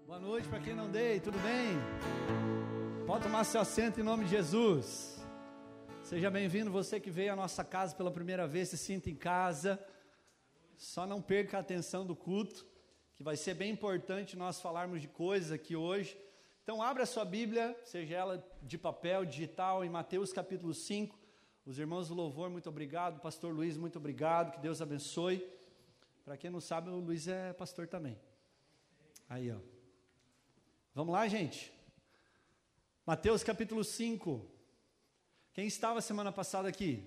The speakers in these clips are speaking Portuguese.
Boa noite para quem não dei, tudo bem? Pode tomar seu assento em nome de Jesus. Seja bem-vindo, você que veio à nossa casa pela primeira vez, se sinta em casa. Só não perca a atenção do culto, que vai ser bem importante nós falarmos de coisas aqui hoje. Então abra a sua Bíblia, seja ela de papel, digital, em Mateus capítulo 5. Os irmãos do louvor, muito obrigado. Pastor Luiz, muito obrigado, que Deus abençoe. Para quem não sabe, o Luiz é pastor também. Aí, ó. Vamos lá, gente? Mateus capítulo 5. Quem estava semana passada aqui?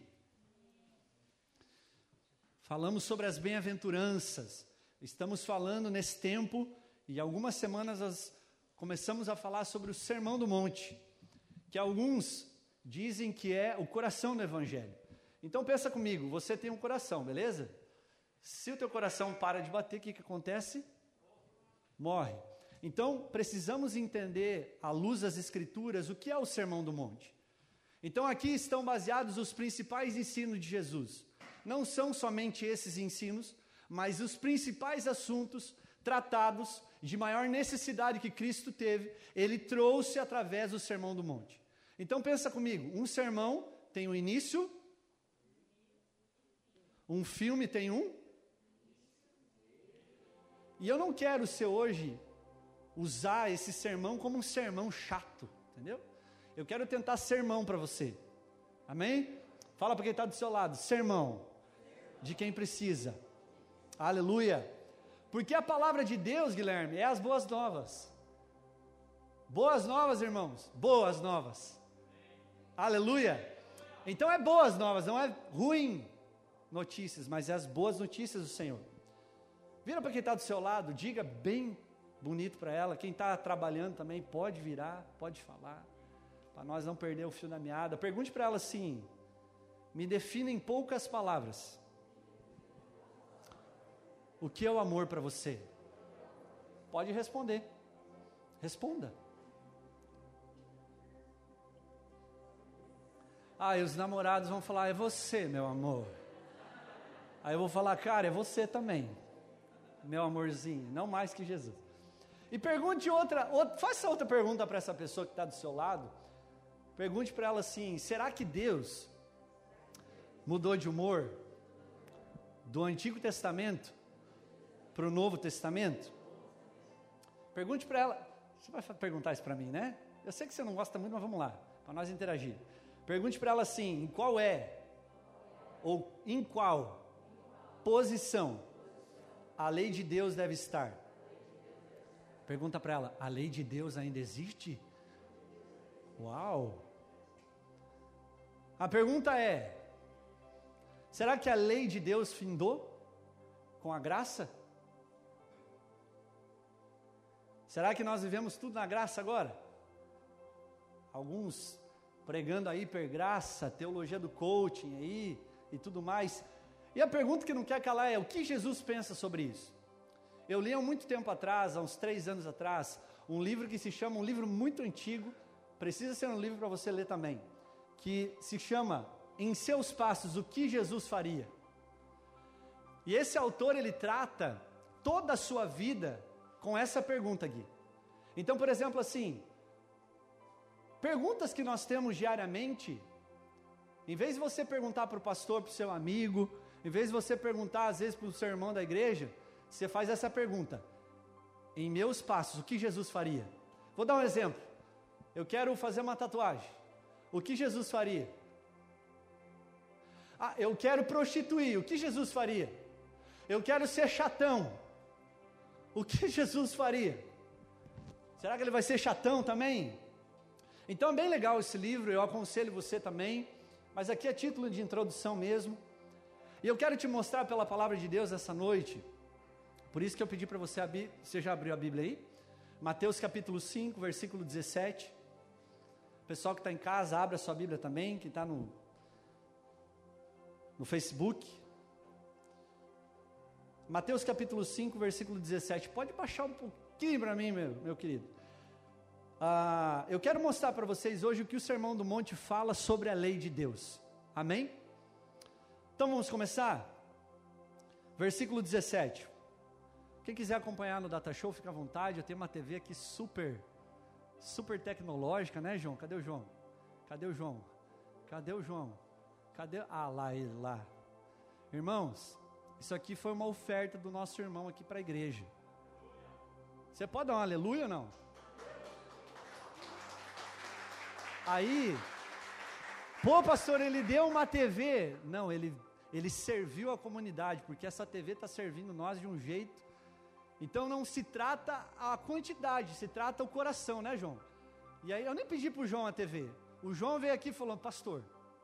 Falamos sobre as bem-aventuranças. Estamos falando nesse tempo, e algumas semanas nós começamos a falar sobre o Sermão do Monte, que alguns dizem que é o coração do Evangelho. Então pensa comigo, você tem um coração, beleza? Se o teu coração para de bater, o que acontece? Morre. Então, precisamos entender, à luz das Escrituras, o que é o Sermão do Monte. Então, aqui estão baseados os principais ensinos de Jesus. Não são somente esses ensinos, mas os principais assuntos tratados de maior necessidade que Cristo teve, Ele trouxe através do Sermão do Monte. Então, pensa comigo, um sermão tem um início, um filme tem um, e eu não quero ser hoje usar esse sermão como um sermão chato, entendeu? Eu quero tentar sermão para você, amém? Fala para quem está do seu lado, sermão, de quem precisa, aleluia, porque a palavra de Deus, Guilherme, é as boas novas, irmãos, boas novas, aleluia, então é boas novas, não é ruim notícias, mas é as boas notícias do Senhor. Vira para quem está do seu lado, diga bem bonito para ela. Quem está trabalhando também pode virar, pode falar, para nós não perder o fio da meada. Pergunte para ela assim: me defina em poucas palavras, o que é o amor para você? Pode responder, responda. E os namorados vão falar: é você, meu amor. Aí eu vou falar: cara, é você também, meu amorzinho, não mais que Jesus. E pergunte faça outra pergunta para essa pessoa que está do seu lado. Pergunte para ela assim: será que Deus mudou de humor do Antigo Testamento para o Novo Testamento? Pergunte para ela. Você vai perguntar isso para mim, né? Eu sei que você não gosta muito, mas vamos lá, para nós interagir. Pergunte para ela assim: em qual posição a lei de Deus deve estar? Pergunta para ela: a lei de Deus ainda existe? Uau! A pergunta é: será que a lei de Deus findou com a graça? Será que nós vivemos tudo na graça agora? Alguns pregando a hipergraça, teologia do coaching aí e tudo mais. E a pergunta que não quer calar é: o que Jesus pensa sobre isso? Eu li há muito tempo atrás, há uns 3 anos atrás, um livro que se chama, um livro muito antigo, precisa ser um livro para você ler também, que se chama Em Seus Passos, o que Jesus faria? E esse autor, ele trata toda a sua vida com essa pergunta aqui. Então, por exemplo, assim, perguntas que nós temos diariamente, em vez de você perguntar para o pastor, para o seu amigo, em vez de você perguntar às vezes para o seu irmão da igreja, você faz essa pergunta: em meus passos, o que Jesus faria? Vou dar um exemplo. Eu quero fazer uma tatuagem. O que Jesus faria? Eu quero prostituir. O que Jesus faria? Eu quero ser chatão. O que Jesus faria? Será que ele vai ser chatão também? Então é bem legal esse livro, eu aconselho você também, mas aqui é título de introdução mesmo. E eu quero te mostrar pela palavra de Deus essa noite. Por isso que eu pedi para você abrir. Você já abriu a Bíblia aí? Mateus capítulo 5, versículo 17. Pessoal que está em casa, abra a sua Bíblia também, que está no Facebook. Mateus capítulo 5, versículo 17. Pode baixar um pouquinho para mim, meu querido. Eu quero mostrar para vocês hoje o que o Sermão do Monte fala sobre a lei de Deus. Amém? Então vamos começar? Versículo 17. Quem quiser acompanhar no Data Show, fica à vontade. Eu tenho uma TV aqui super tecnológica, né, João? Cadê o João? Lá ele, lá. Irmãos, isso aqui foi uma oferta do nosso irmão aqui para a igreja. Você pode dar um aleluia ou não? Aí, pô, pastor, ele deu uma TV. Não, ele serviu a comunidade, porque essa TV está servindo nós de um jeito. Então não se trata a quantidade, se trata o coração, né, João? E aí eu nem pedi para o João a TV. O João veio aqui falando, pastor,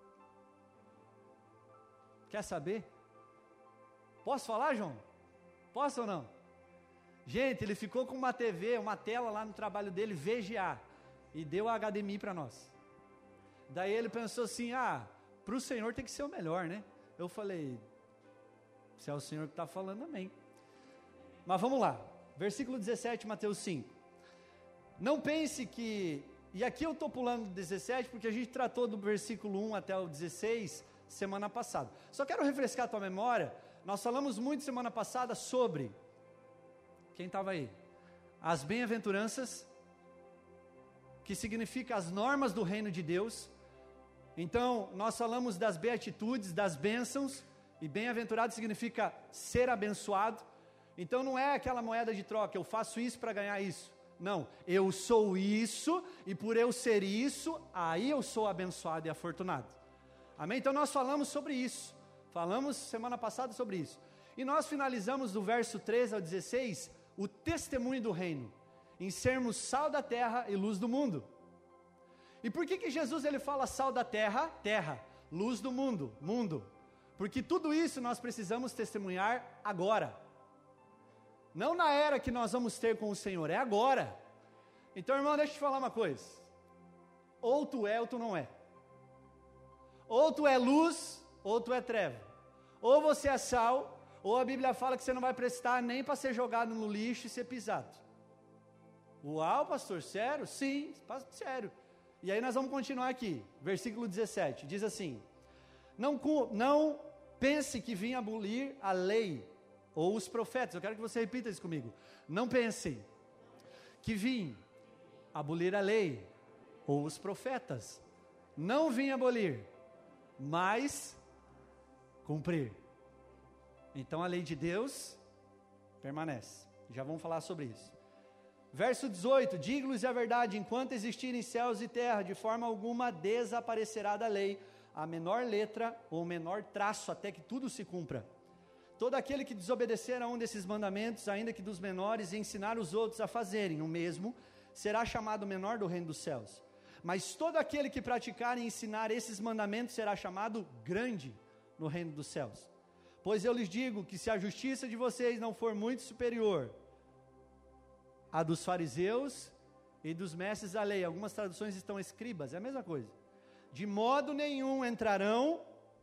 quer saber? Posso falar, João? Posso ou não? Gente, ele ficou com uma TV, uma tela lá no trabalho dele, VGA, e deu a HDMI para nós. Daí ele pensou assim, para o Senhor tem que ser o melhor, né? Eu falei, se é o Senhor que está falando, amém. Mas vamos lá, versículo 17, Mateus 5. Não pense que, e aqui eu estou pulando do 17, porque a gente tratou do versículo 1 até o 16, semana passada. Só quero refrescar a tua memória, nós falamos muito semana passada sobre, quem estava aí? As bem-aventuranças, que significa as normas do reino de Deus. Então, nós falamos das beatitudes, das bênçãos, e bem-aventurado significa ser abençoado. Então não é aquela moeda de troca, eu faço isso para ganhar isso. Não, eu sou isso, e por eu ser isso, aí eu sou abençoado e afortunado. Amém? Então nós falamos sobre isso. Falamos semana passada sobre isso. E nós finalizamos do verso 13 ao 16, o testemunho do reino, em sermos sal da terra e luz do mundo. E por que Jesus ele fala sal da terra, terra, luz do mundo, mundo? Porque tudo isso nós precisamos testemunhar agora. Não na era que nós vamos ter com o Senhor, é agora. Então, irmão, deixa eu te falar uma coisa. Ou tu é ou tu não é. Ou tu é luz, ou tu é treva. Ou você é sal, ou a Bíblia fala que você não vai prestar nem para ser jogado no lixo e ser pisado. Uau, pastor, sério? Sim, sério. E aí nós vamos continuar aqui, versículo 17, diz assim, não pense que vim abolir a lei, ou os profetas, eu quero que você repita isso comigo, não pense que vim abolir a lei, ou os profetas, não vim abolir, mas cumprir. Então a lei de Deus permanece, já vamos falar sobre isso. Verso 18, digo-lhes a verdade, enquanto existirem céus e terra, de forma alguma desaparecerá da lei, a menor letra ou menor traço, até que tudo se cumpra. Todo aquele que desobedecer a um desses mandamentos, ainda que dos menores, e ensinar os outros a fazerem o mesmo, será chamado menor do reino dos céus. Mas todo aquele que praticar e ensinar esses mandamentos, será chamado grande no reino dos céus. Pois eu lhes digo que se a justiça de vocês não for muito superior a dos fariseus e dos mestres da lei, algumas traduções estão escribas, é a mesma coisa, de modo nenhum entrarão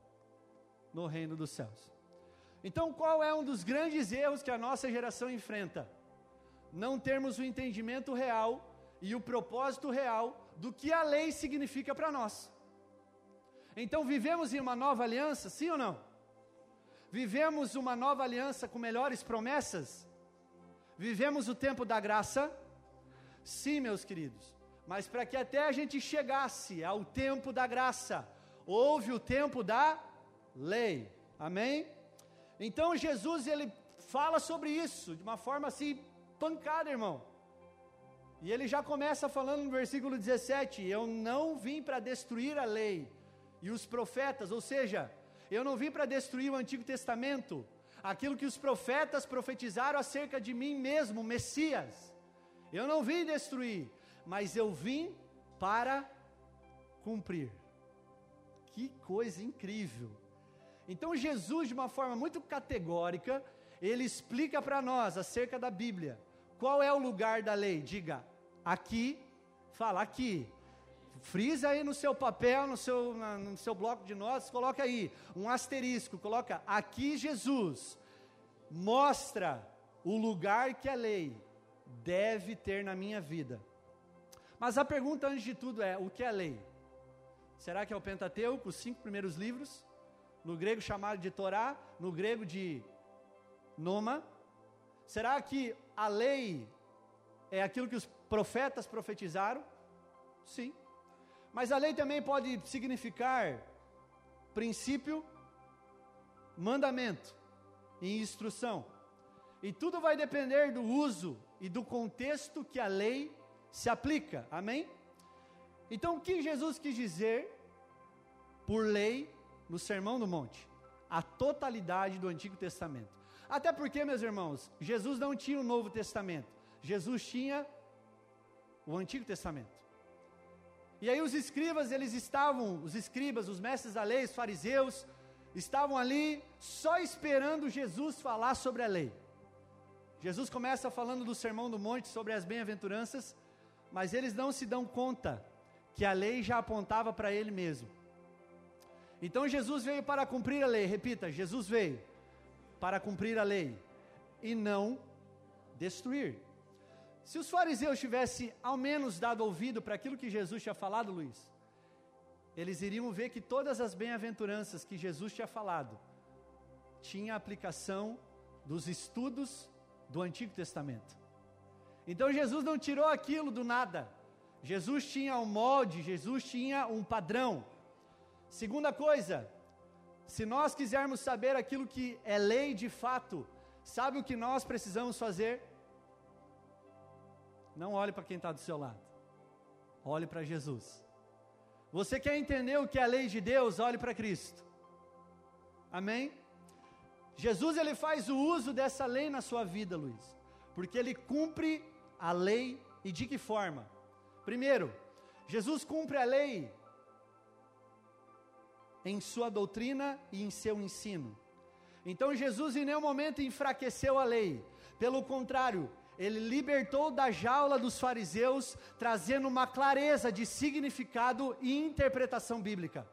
no reino dos céus. Então qual é um dos grandes erros que a nossa geração enfrenta? Não termos o entendimento real e o propósito real do que a lei significa para nós. Então vivemos em uma nova aliança, sim ou não? Vivemos uma nova aliança com melhores promessas? Vivemos o tempo da graça? Sim, meus queridos, mas para que até a gente chegasse ao tempo da graça, houve o tempo da lei, amém? Então Jesus, ele fala sobre isso, de uma forma assim, pancada, irmão, e ele já começa falando no versículo 17, eu não vim para destruir a lei, e os profetas, ou seja, eu não vim para destruir o Antigo Testamento, aquilo que os profetas profetizaram acerca de mim mesmo, Messias, eu não vim destruir, mas eu vim para cumprir. Que coisa incrível! Então Jesus, de uma forma muito categórica, ele explica para nós acerca da Bíblia, qual é o lugar da lei, diga, aqui, fala aqui, frisa aí no seu papel, no seu bloco de notas, coloca aí, um asterisco, coloca aqui Jesus, mostra o lugar que a lei deve ter na minha vida. Mas a pergunta antes de tudo é, o que é lei? Será que é o Pentateuco, os 5 primeiros livros? No grego chamado de Torá, no grego de Noma? Será que a lei é aquilo que os profetas profetizaram? Sim. Mas a lei também pode significar princípio, mandamento e instrução. E tudo vai depender do uso e do contexto que a lei se aplica. Amém? Então, o que Jesus quis dizer por lei no Sermão do Monte? A totalidade do Antigo Testamento. Até porque, meus irmãos, Jesus não tinha o Novo Testamento. Jesus tinha o Antigo Testamento. E aí os escribas, os mestres da lei, os fariseus, estavam ali só esperando Jesus falar sobre a lei. Jesus começa falando do Sermão do Monte, sobre as bem-aventuranças, mas eles não se dão conta que a lei já apontava para ele mesmo. Então Jesus veio para cumprir a lei, repita, Jesus veio para cumprir a lei e não destruir. Se os fariseus tivessem ao menos dado ouvido para aquilo que Jesus tinha falado, Luiz, eles iriam ver que todas as bem-aventuranças que Jesus tinha falado, tinha aplicação dos estudos do Antigo Testamento. Então Jesus não tirou aquilo do nada, Jesus tinha um molde, Jesus tinha um padrão. Segunda coisa, se nós quisermos saber aquilo que é lei de fato, sabe o que nós precisamos fazer? Não olhe para quem está do seu lado, olhe para Jesus. Você quer entender o que é a lei de Deus? Olhe para Cristo. Amém? Jesus, ele faz o uso dessa lei na sua vida, Luiz, porque ele cumpre a lei. E de que forma? Primeiro, Jesus cumpre a lei em sua doutrina e em seu ensino. Então Jesus em nenhum momento enfraqueceu a lei, pelo contrário, ele libertou da jaula dos fariseus, trazendo uma clareza de significado e interpretação bíblica.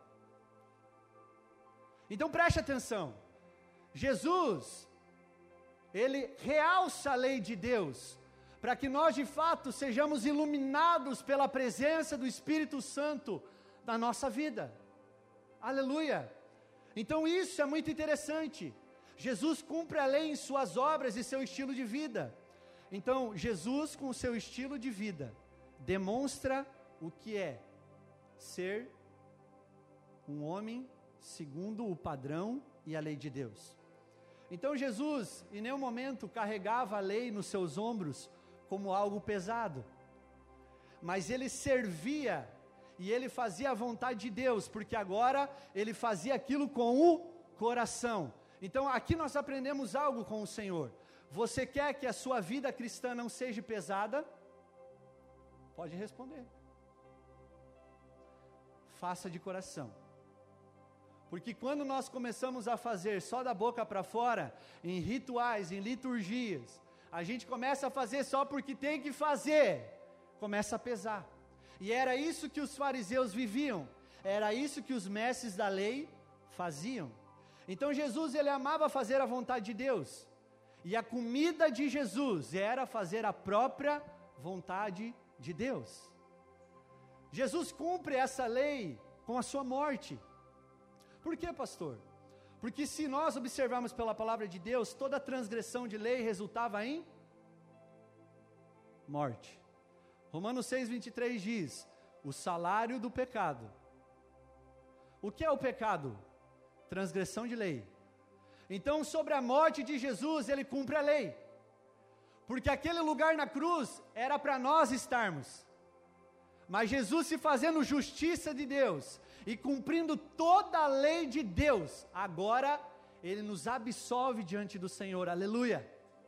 Então preste atenção, Jesus, ele realça a lei de Deus, para que nós de fato sejamos iluminados pela presença do Espírito Santo na nossa vida. Aleluia! Então isso é muito interessante. Jesus cumpre a lei em suas obras e seu estilo de vida. Então Jesus, com o seu estilo de vida, demonstra o que é ser um homem segundo o padrão e a lei de Deus. Então Jesus em nenhum momento carregava a lei nos seus ombros como algo pesado, mas ele servia e ele fazia a vontade de Deus, porque agora ele fazia aquilo com o coração. Então aqui nós aprendemos algo com o Senhor. Você quer que a sua vida cristã não seja pesada? Pode responder. Faça de coração. Porque quando nós começamos a fazer só da boca para fora, em rituais, em liturgias, a gente começa a fazer só porque tem que fazer, começa a pesar. E era isso que os fariseus viviam, era isso que os mestres da lei faziam. Então Jesus, ele amava fazer a vontade de Deus, e a comida de Jesus era fazer a própria vontade de Deus. Jesus cumpre essa lei com a sua morte. Por quê, pastor? Porque se nós observarmos pela palavra de Deus, toda transgressão de lei resultava em morte. Romanos 6:23 diz, o salário do pecado. O que é o pecado? Transgressão de lei. Então sobre a morte de Jesus, ele cumpre a lei. Porque aquele lugar na cruz, era para nós estarmos. Mas Jesus, se fazendo justiça de Deus, e cumprindo toda a lei de Deus, agora ele nos absolve diante do Senhor, aleluia.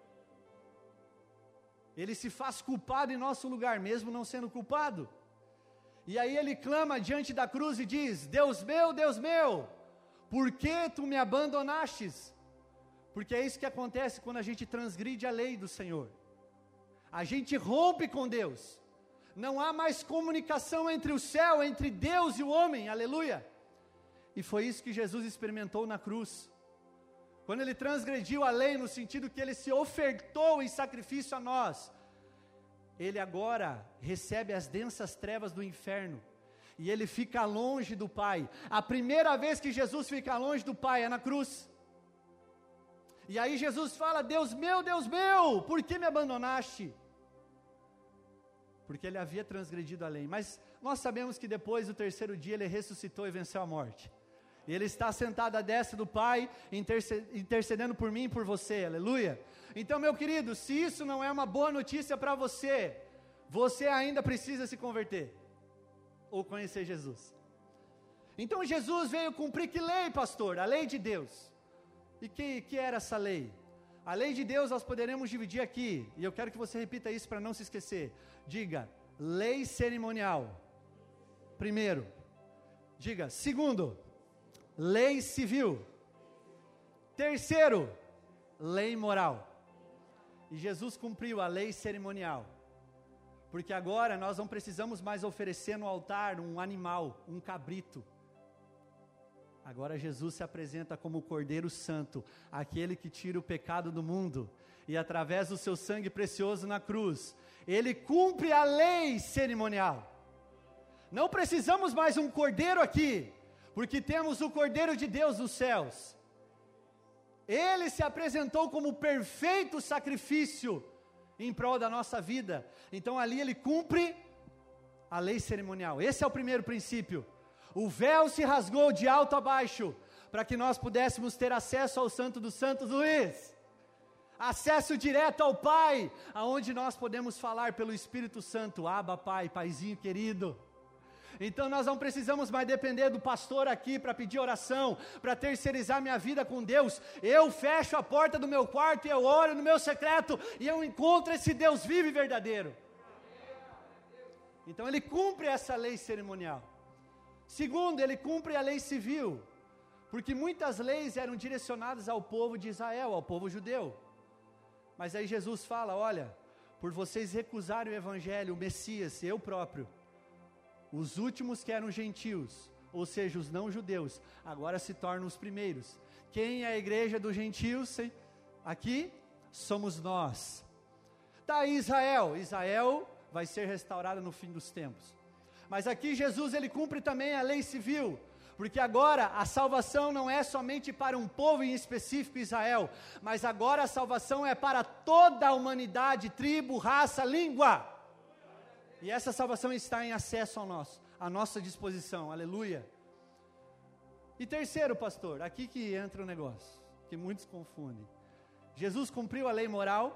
Ele se faz culpado em nosso lugar, mesmo não sendo culpado. E aí ele clama diante da cruz e diz, Deus meu, por que tu me abandonastes? Porque é isso que acontece quando a gente transgride a lei do Senhor. A gente rompe com Deus. Não há mais comunicação entre o céu, entre Deus e o homem, aleluia. E foi isso que Jesus experimentou na cruz. Quando ele transgrediu a lei, no sentido que ele se ofertou em sacrifício a nós, ele agora recebe as densas trevas do inferno, e ele fica longe do Pai. A primeira vez que Jesus fica longe do Pai é na cruz. E aí Jesus fala: Deus meu, por que me abandonaste? Porque ele havia transgredido a lei. Mas nós sabemos que depois do terceiro dia ele ressuscitou e venceu a morte. E ele está sentado à destra do Pai, intercedendo por mim e por você, aleluia. Então, meu querido, se isso não é uma boa notícia para você, você ainda precisa se converter, ou conhecer Jesus. Então Jesus veio cumprir que lei, pastor? A lei de Deus. E que era essa lei? A lei de Deus nós poderemos dividir aqui, e eu quero que você repita isso para não se esquecer. Diga, lei cerimonial. Primeiro. Diga, segundo, lei civil. Terceiro, lei moral. E Jesus cumpriu a lei cerimonial. Porque agora nós não precisamos mais oferecer no altar um animal, um cabrito. Agora Jesus se apresenta como o Cordeiro Santo, aquele que tira o pecado do mundo, e através do seu sangue precioso na cruz, ele cumpre a lei cerimonial. Não precisamos mais um cordeiro aqui, porque temos o Cordeiro de Deus nos céus. Ele se apresentou como o perfeito sacrifício em prol da nossa vida. Então ali ele cumpre a lei cerimonial. Esse é o primeiro princípio. O véu se rasgou de alto a baixo, para que nós pudéssemos ter acesso ao Santo dos Santos, Luiz. Acesso direto ao Pai, aonde nós podemos falar pelo Espírito Santo: Abba, Pai, Paizinho querido. Então nós não precisamos mais depender do pastor aqui para pedir oração, para terceirizar minha vida com Deus. Eu fecho a porta do meu quarto e eu oro no meu secreto, e eu encontro esse Deus vivo e verdadeiro. Então ele cumpre essa lei cerimonial. Segundo, ele cumpre a lei civil, porque muitas leis eram direcionadas ao povo de Israel, ao povo judeu. Mas aí Jesus fala: olha, por vocês recusarem o evangelho, o Messias, eu próprio, os últimos que eram gentios, ou seja, os não judeus, agora se tornam os primeiros. Quem é a igreja dos gentios? Aqui somos nós. Está aí Israel vai ser restaurada no fim dos tempos. Mas aqui Jesus ele cumpre também a lei civil, porque agora a salvação não é somente para um povo em específico, Israel, mas agora a salvação é para toda a humanidade, tribo, raça, língua. E essa salvação está em acesso à nossa disposição, aleluia. E terceiro, pastor, aqui que entra o negócio, que muitos confundem. Jesus cumpriu a lei moral?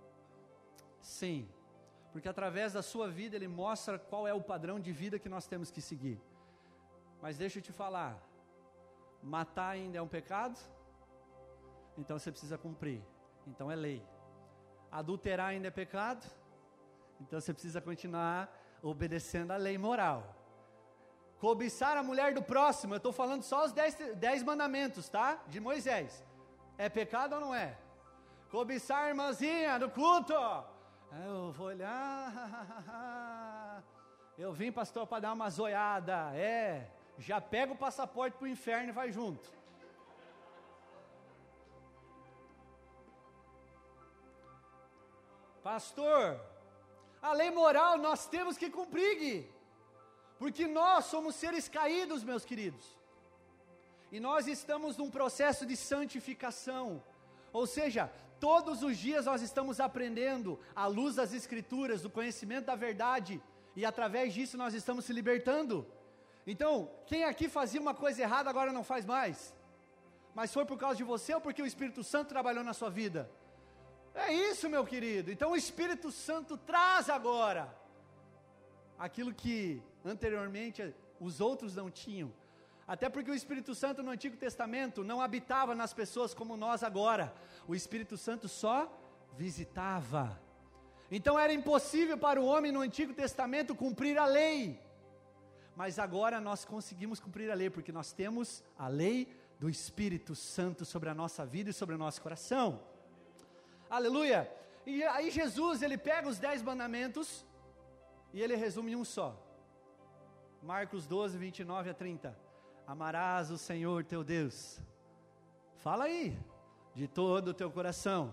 Sim. Porque através da sua vida ele mostra qual é o padrão de vida que nós temos que seguir. Mas deixa eu te falar, matar ainda é um pecado? Então você precisa cumprir, então é lei. Adulterar ainda é pecado? Então você precisa continuar obedecendo a lei moral. Cobiçar a mulher do próximo, eu estou falando só os 10 mandamentos, tá? De Moisés. É pecado ou não é? Cobiçar a irmãzinha do culto, eu vou olhar, eu vim, pastor, para dar uma zoiada, já pega o passaporte para o inferno e vai junto. Pastor, a lei moral nós temos que cumprir, Gui, porque nós somos seres caídos, meus queridos, e nós estamos num processo de santificação, ou seja, todos os dias nós estamos aprendendo à luz das Escrituras, do conhecimento da verdade, e através disso nós estamos se libertando. Então, quem aqui fazia uma coisa errada agora não faz mais? Mas foi por causa de você ou porque o Espírito Santo trabalhou na sua vida? É isso, meu querido. Então o Espírito Santo traz agora aquilo que anteriormente os outros não tinham. Até porque o Espírito Santo no Antigo Testamento não habitava nas pessoas como nós agora. O Espírito Santo só visitava. Então era impossível para o homem no Antigo Testamento cumprir a lei. Mas agora nós conseguimos cumprir a lei, porque nós temos a lei do Espírito Santo sobre a nossa vida e sobre o nosso coração. Aleluia! E aí Jesus, ele pega os 10 mandamentos e ele resume em um só. Marcos 12, 29 a 30. Amarás o Senhor teu Deus. Fala aí. De todo o teu coração.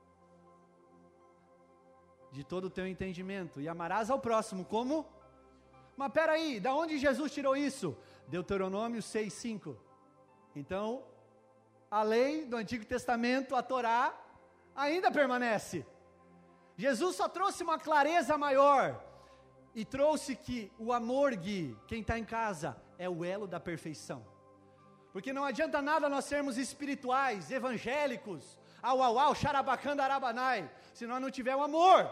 De todo o teu entendimento. E amarás ao próximo como? Mas peraí, da onde Jesus tirou isso? Deuteronômio 6, 5. Então, a lei do Antigo Testamento, a Torá, ainda permanece. Jesus só trouxe uma clareza maior e trouxe que o amor, Gui, quem está em casa, é o elo da perfeição. Porque não adianta nada nós sermos espirituais, evangélicos, xarabacanda, arabanai, se nós não tivermos o amor.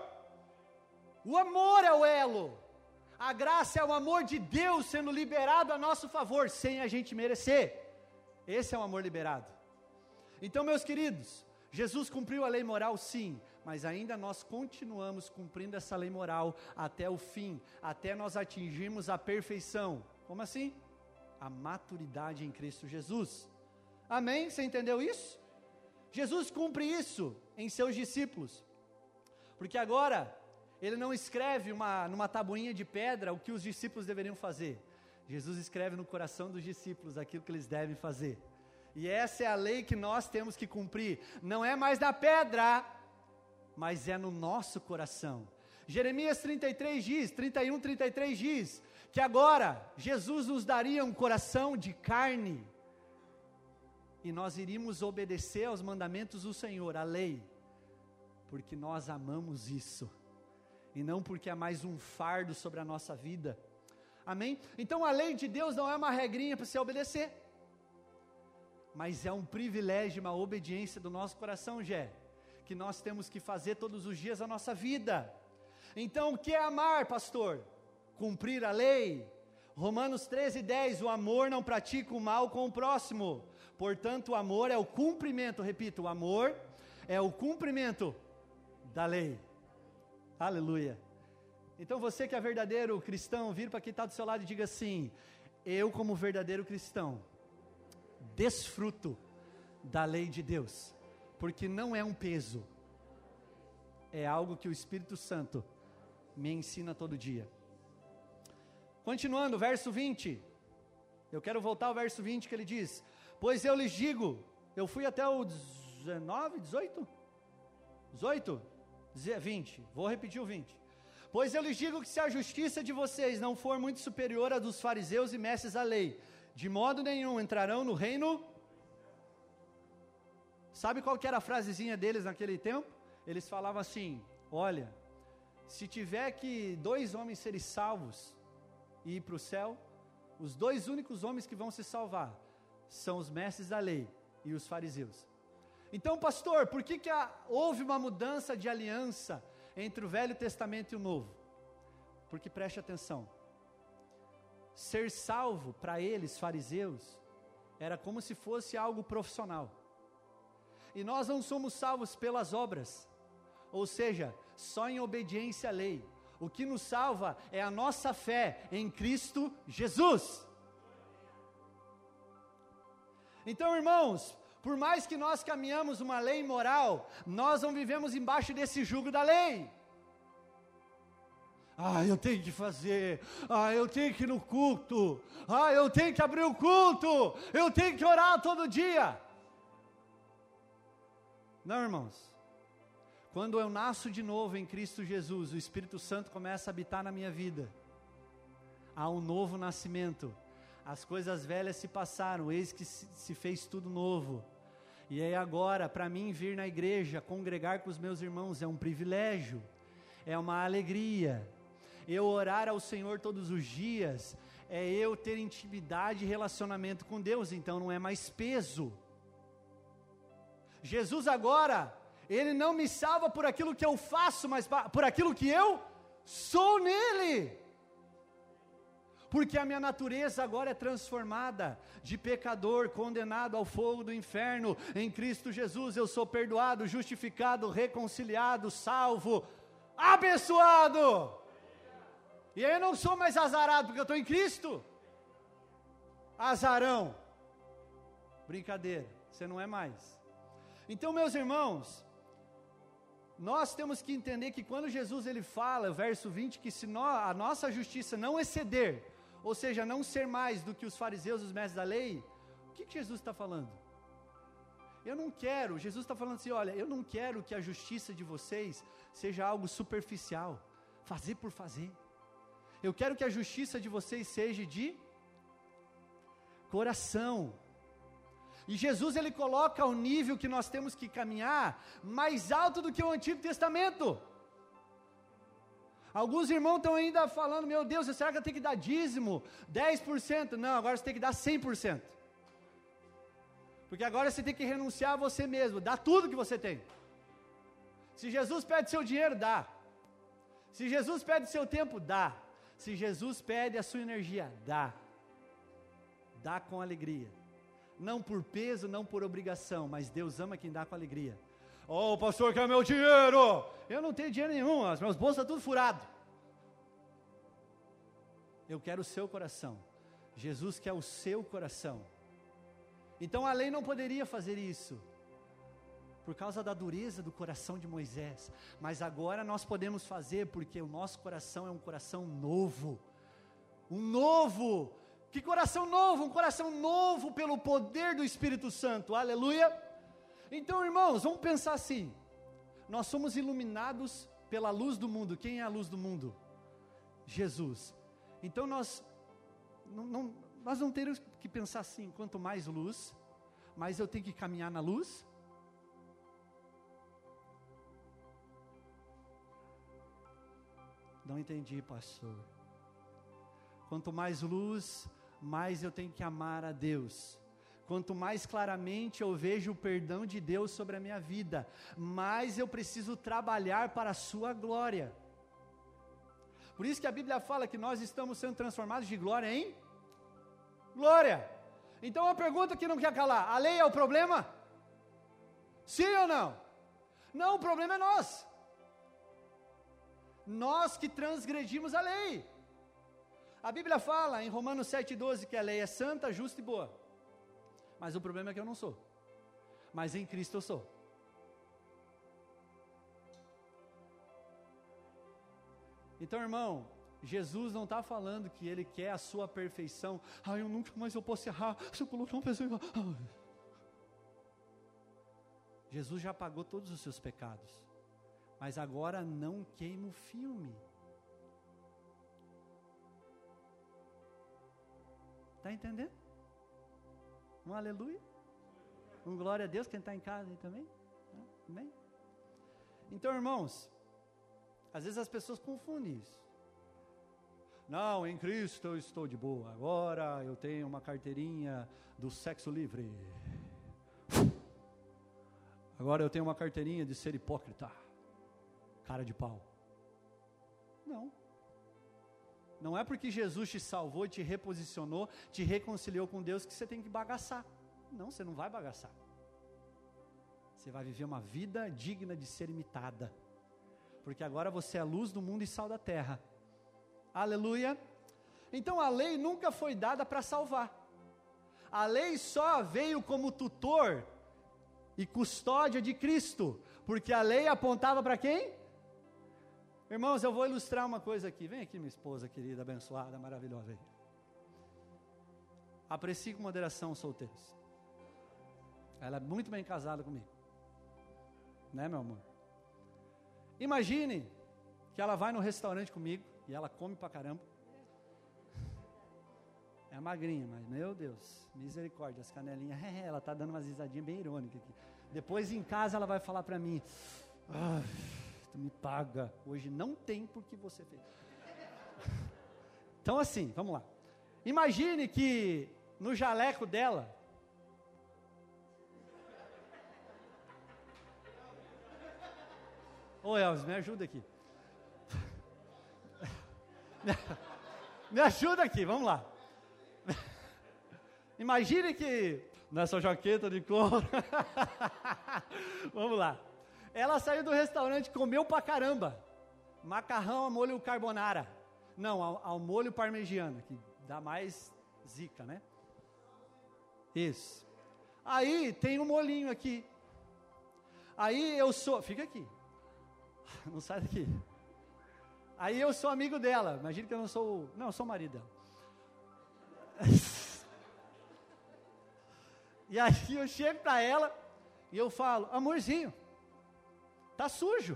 O amor é o elo. A graça é o amor de Deus sendo liberado a nosso favor, sem a gente merecer. Esse é o amor liberado. Então, meus queridos, Jesus cumpriu a lei moral, sim, mas ainda nós continuamos cumprindo essa lei moral até o fim, até nós atingirmos a perfeição. Como assim? A maturidade em Cristo Jesus. Amém? Você entendeu isso? Jesus cumpre isso em seus discípulos, porque agora Ele não escreve numa tabuinha de pedra o que os discípulos deveriam fazer. Jesus escreve no coração dos discípulos aquilo que eles devem fazer. E essa é a lei que nós temos que cumprir. Não é mais na pedra, mas é no nosso coração. Jeremias 31, 33 diz que agora Jesus nos daria um coração de carne e nós iríamos obedecer aos mandamentos do Senhor, a lei, porque nós amamos isso e não porque é mais um fardo sobre a nossa vida. Amém? Então a lei de Deus não é uma regrinha para você obedecer, mas é um privilégio, uma obediência do nosso coração, que nós temos que fazer todos os dias da nossa vida. Então o que é amar, pastor? Cumprir a lei. Romanos 13:10, o amor não pratica o mal com o próximo, portanto o amor é o cumprimento, repito, o amor é o cumprimento da lei. Aleluia. Então você que é verdadeiro cristão, vira para quem está do seu lado e diga assim: eu como verdadeiro cristão, desfruto da lei de Deus, porque não é um peso, é algo que o Espírito Santo me ensina todo dia. Continuando, verso 20, eu quero voltar ao verso 20 que ele diz: pois eu lhes digo, eu fui até o 19, 18? 20, vou repetir o 20. Pois eu lhes digo que se a justiça de vocês não for muito superior à dos fariseus e mestres da lei, de modo nenhum entrarão no reino. Sabe qual que era a frasezinha deles naquele tempo? Eles falavam assim: olha, se tiver que 2 homens serem salvos e ir para o céu, os 2 únicos homens que vão se salvar são os mestres da lei e os fariseus. Então, pastor, por que houve uma mudança de aliança entre o Velho Testamento e o Novo? Porque preste atenção, ser salvo para eles, fariseus, era como se fosse algo profissional, e nós não somos salvos pelas obras, ou seja, só em obediência à lei. O que nos salva é a nossa fé em Cristo Jesus. Então, irmãos, por mais que nós caminhamos uma lei moral, nós não vivemos embaixo desse jugo da lei. Eu tenho que fazer, eu tenho que ir no culto, eu tenho que abrir o culto, eu tenho que orar todo dia. Não, irmãos, quando eu nasço de novo em Cristo Jesus, o Espírito Santo começa a habitar na minha vida, há um novo nascimento, as coisas velhas se passaram, eis que se fez tudo novo. E aí agora, para mim vir na igreja, congregar com os meus irmãos é um privilégio, é uma alegria. Eu orar ao Senhor todos os dias, é eu ter intimidade e relacionamento com Deus, então não é mais peso. Jesus agora, Ele não me salva por aquilo que eu faço, mas por aquilo que eu sou nele. Porque a minha natureza agora é transformada, de pecador, condenado ao fogo do inferno. Em Cristo Jesus eu sou perdoado, justificado, reconciliado, salvo, abençoado. E aí eu não sou mais azarado, porque eu estou em Cristo. Azarão, brincadeira, você não é mais. Então, meus irmãos, nós temos que entender que quando Jesus ele fala, verso 20, que se a nossa justiça não exceder, ou seja, não ser mais do que os fariseus e os mestres da lei, o que Jesus está falando? Jesus está falando assim, olha, eu não quero que a justiça de vocês seja algo superficial, fazer por fazer. Eu quero que a justiça de vocês seja de coração. E Jesus, ele coloca o nível que nós temos que caminhar mais alto do que o Antigo Testamento. Alguns irmãos estão ainda falando, meu Deus, será que eu tenho que dar dízimo? 10%? Não, agora você tem que dar 100%. Porque agora você tem que renunciar a você mesmo, dar tudo que você tem. Se Jesus pede seu dinheiro, dá. Se Jesus pede seu tempo, dá. Se Jesus pede a sua energia, dá. Dá com alegria. Não por peso, não por obrigação, mas Deus ama quem dá com alegria. Oh, o pastor quer meu dinheiro. Eu não tenho dinheiro nenhum, os meus bolsos estão tudo furado. Eu quero o seu coração. Jesus quer o seu coração. Então a lei não poderia fazer isso, por causa da dureza do coração de Moisés. Mas agora nós podemos fazer, porque o nosso coração é um coração novo. Um novo. Que coração novo? Um coração novo pelo poder do Espírito Santo. Aleluia. Então, irmãos, vamos pensar assim. Nós somos iluminados pela luz do mundo. Quem é a luz do mundo? Jesus. Então nós não temos que pensar assim, quanto mais luz, mais eu tenho que caminhar na luz. Não entendi, pastor. Quanto mais luz, mais eu tenho que amar a Deus. Quanto mais claramente eu vejo o perdão de Deus sobre a minha vida, mais eu preciso trabalhar para a sua glória. Por isso que a Bíblia fala que nós estamos sendo transformados de glória em glória. Então a pergunta que não quer calar: a lei é o problema? Sim ou não? Não, o problema é nós. Nós que transgredimos a lei. A Bíblia fala em Romanos 7,12 que a lei é santa, justa e boa. Mas o problema é que eu não sou. Mas em Cristo eu sou. Então, irmão, Jesus não está falando que Ele quer a sua perfeição. Eu nunca mais eu posso errar. Se eu colocar uma pessoa... Jesus já pagou todos os seus pecados. Mas agora não queima o filme. Está entendendo? Um aleluia? Um glória a Deus, quem está em casa aí também? Amém? Então, irmãos, às vezes as pessoas confundem isso. Não, em Cristo eu estou de boa. Agora eu tenho uma carteirinha do sexo livre. Agora eu tenho uma carteirinha de ser hipócrita. Cara de pau. Não. Não é porque Jesus te salvou, te reposicionou, te reconciliou com Deus que você tem que bagaçar. Não, você não vai bagaçar. Você vai viver uma vida digna de ser imitada. Porque agora você é a luz do mundo e sal da terra. Aleluia. Então a lei nunca foi dada para salvar. A lei só veio como tutor e custódia de Cristo. Porque a lei apontava para quem? Irmãos, eu vou ilustrar uma coisa aqui. Vem aqui, minha esposa querida, abençoada, maravilhosa. Aprecie com moderação os solteiros. Ela é muito bem casada comigo. Né, meu amor? Imagine que ela vai no restaurante comigo e ela come pra caramba. É magrinha, mas meu Deus, misericórdia, as canelinhas, ela tá dando umas risadinhas bem irônicas aqui. Depois em casa ela vai falar pra mim: tu me paga, hoje não tem porque você fez. Então assim, vamos lá. Imagine que no jaleco dela, ô Elvis, me ajuda aqui. Me ajuda aqui, vamos lá. Imagine que nessa jaqueta de couro, vamos lá. Ela saiu do restaurante, comeu pra caramba. Macarrão ao molho carbonara. Não, ao molho parmegiana, que dá mais zica, né? Isso. Aí tem um molhinho aqui. Aí eu sou... Fica aqui. Não sai daqui. Aí eu sou amigo dela. Imagina que eu não sou... Não, eu sou o marido dela. E aí eu chego pra ela e eu falo: amorzinho, tá sujo.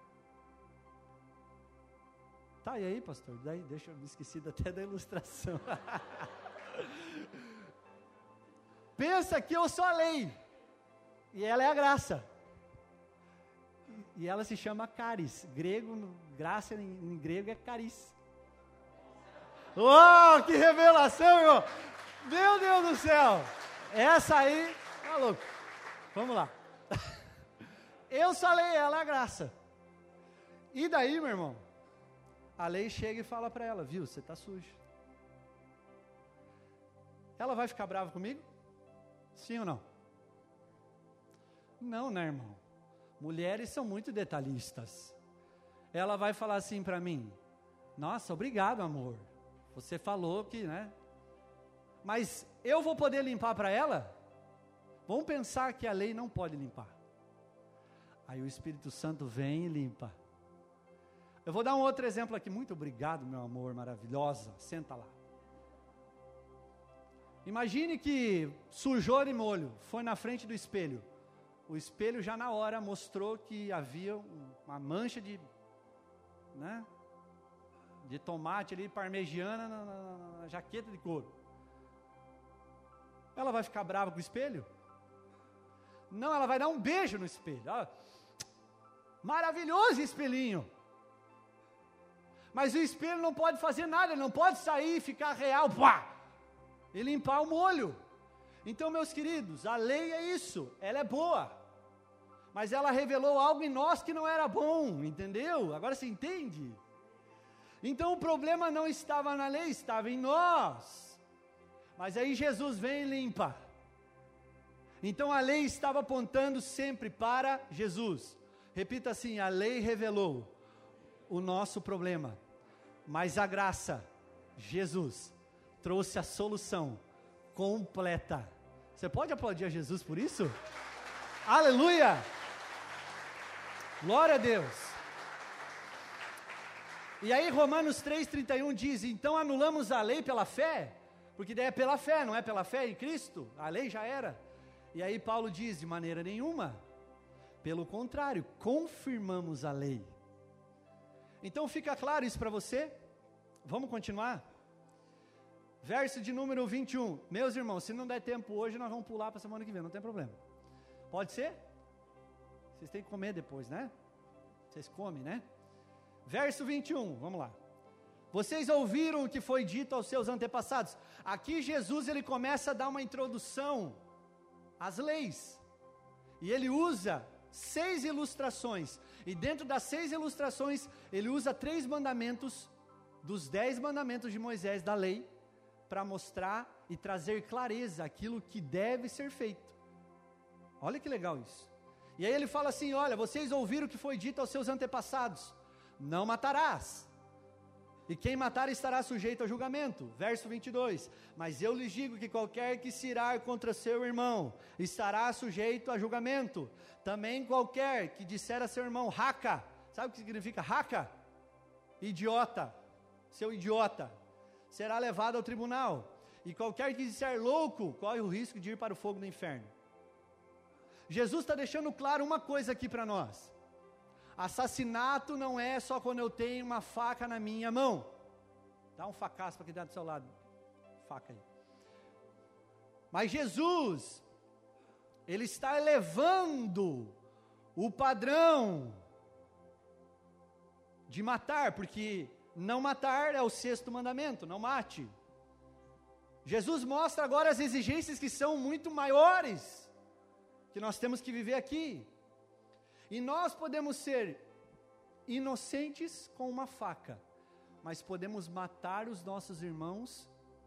Tá, e aí, pastor? Daí, deixa eu me esqueci até da ilustração. Pensa que eu sou a lei, e ela é a graça. E ela se chama caris. Graça em grego é caris. Oh, que revelação, irmão! Meu Deus do céu! Essa aí, tá louco. Vamos lá. Eu sou a lei, ela é a graça. E daí, meu irmão, a lei chega e fala para ela, viu, você está sujo. Ela vai ficar brava comigo? Sim ou não? Não, né, irmão? Mulheres são muito detalhistas. Ela vai falar assim para mim, nossa, obrigado, amor. Você falou que, né? Mas eu vou poder limpar para ela? Vamos pensar que a lei não pode limpar. Aí o Espírito Santo vem e limpa. Eu vou dar um outro exemplo aqui. Muito obrigado, meu amor, maravilhosa. Senta lá. Imagine que sujou de molho, foi na frente do espelho. O espelho já na hora mostrou que havia uma mancha de tomate ali, parmegiana na jaqueta de couro. Ela vai ficar brava com o espelho? Não, ela vai dar um beijo no espelho. Maravilhoso espelhinho. Mas o espelho não pode fazer nada, ele não pode sair e ficar real, e limpar o molho. Então, meus queridos, a lei é isso, ela é boa, mas ela revelou algo em nós que não era bom, entendeu? Agora você entende? Então o problema não estava na lei, estava em nós. Mas aí Jesus vem e limpa. Então a lei estava apontando sempre para Jesus. Repita assim, a lei revelou o nosso problema, mas a graça, Jesus, trouxe a solução completa. Você pode aplaudir a Jesus por isso? Aleluia! Glória a Deus! E aí Romanos 3,31 diz, então anulamos a lei pela fé? Porque daí é pela fé, não é pela fé em Cristo? A lei já era. E aí Paulo diz, de maneira nenhuma. Pelo contrário, confirmamos a lei. Então fica claro isso para você? Vamos continuar? Verso de número 21. Meus irmãos, se não der tempo hoje, nós vamos pular para a semana que vem, não tem problema. Pode ser? Vocês têm que comer depois, né? Vocês comem, né? Verso 21, vamos lá. Vocês ouviram o que foi dito aos seus antepassados. Aqui Jesus ele começa a dar uma introdução às leis. E ele usa 6 ilustrações. E dentro das 6 ilustrações, ele usa 3 mandamentos dos 10 mandamentos de Moisés da lei, para mostrar e trazer clareza aquilo que deve ser feito. Olha que legal isso. E aí ele fala assim, olha, vocês ouviram o que foi dito aos seus antepassados. Não matarás. E quem matar estará sujeito a julgamento. Verso 22. Mas eu lhes digo que qualquer que se irar contra seu irmão, estará sujeito a julgamento. Também qualquer que disser a seu irmão, raca. Sabe o que significa raca? Idiota. Seu idiota. Será levado ao tribunal. E qualquer que disser louco, corre o risco de ir para o fogo do inferno. Jesus está deixando claro uma coisa aqui para nós. Assassinato não é só quando eu tenho uma faca na minha mão. Dá um facaço para quem está do seu lado. Faca aí. Mas Jesus, Ele está elevando o padrão de matar, porque não matar é o 6º mandamento, não mate. Jesus mostra agora as exigências que são muito maiores, que nós temos que viver aqui. E nós podemos ser inocentes com uma faca, mas podemos matar os nossos irmãos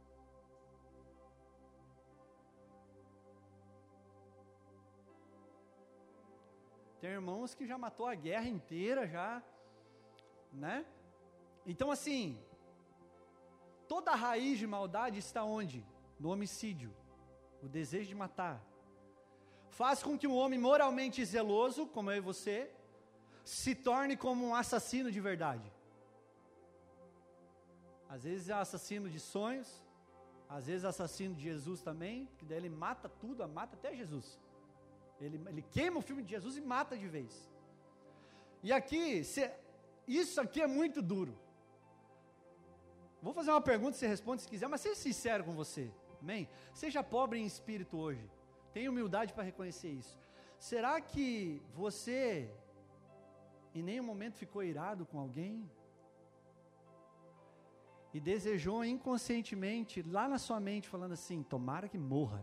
tem irmãos que já matou a guerra inteira já, né? Então assim, toda a raiz de maldade está onde? No homicídio, o desejo de matar. Faz com que um homem moralmente zeloso, como eu e você, se torne como um assassino de verdade. Às vezes é assassino de sonhos, às vezes é assassino de Jesus também, que daí ele mata tudo, mata até Jesus. Ele queima o filme de Jesus e mata de vez. E aqui, isso aqui é muito duro. Vou fazer uma pergunta, você responde se quiser, mas seja sincero com você. Amém? Seja pobre em espírito hoje. Tenha humildade para reconhecer isso. Será que você em nenhum momento ficou irado com alguém? E desejou inconscientemente, lá na sua mente, falando assim, tomara que morra.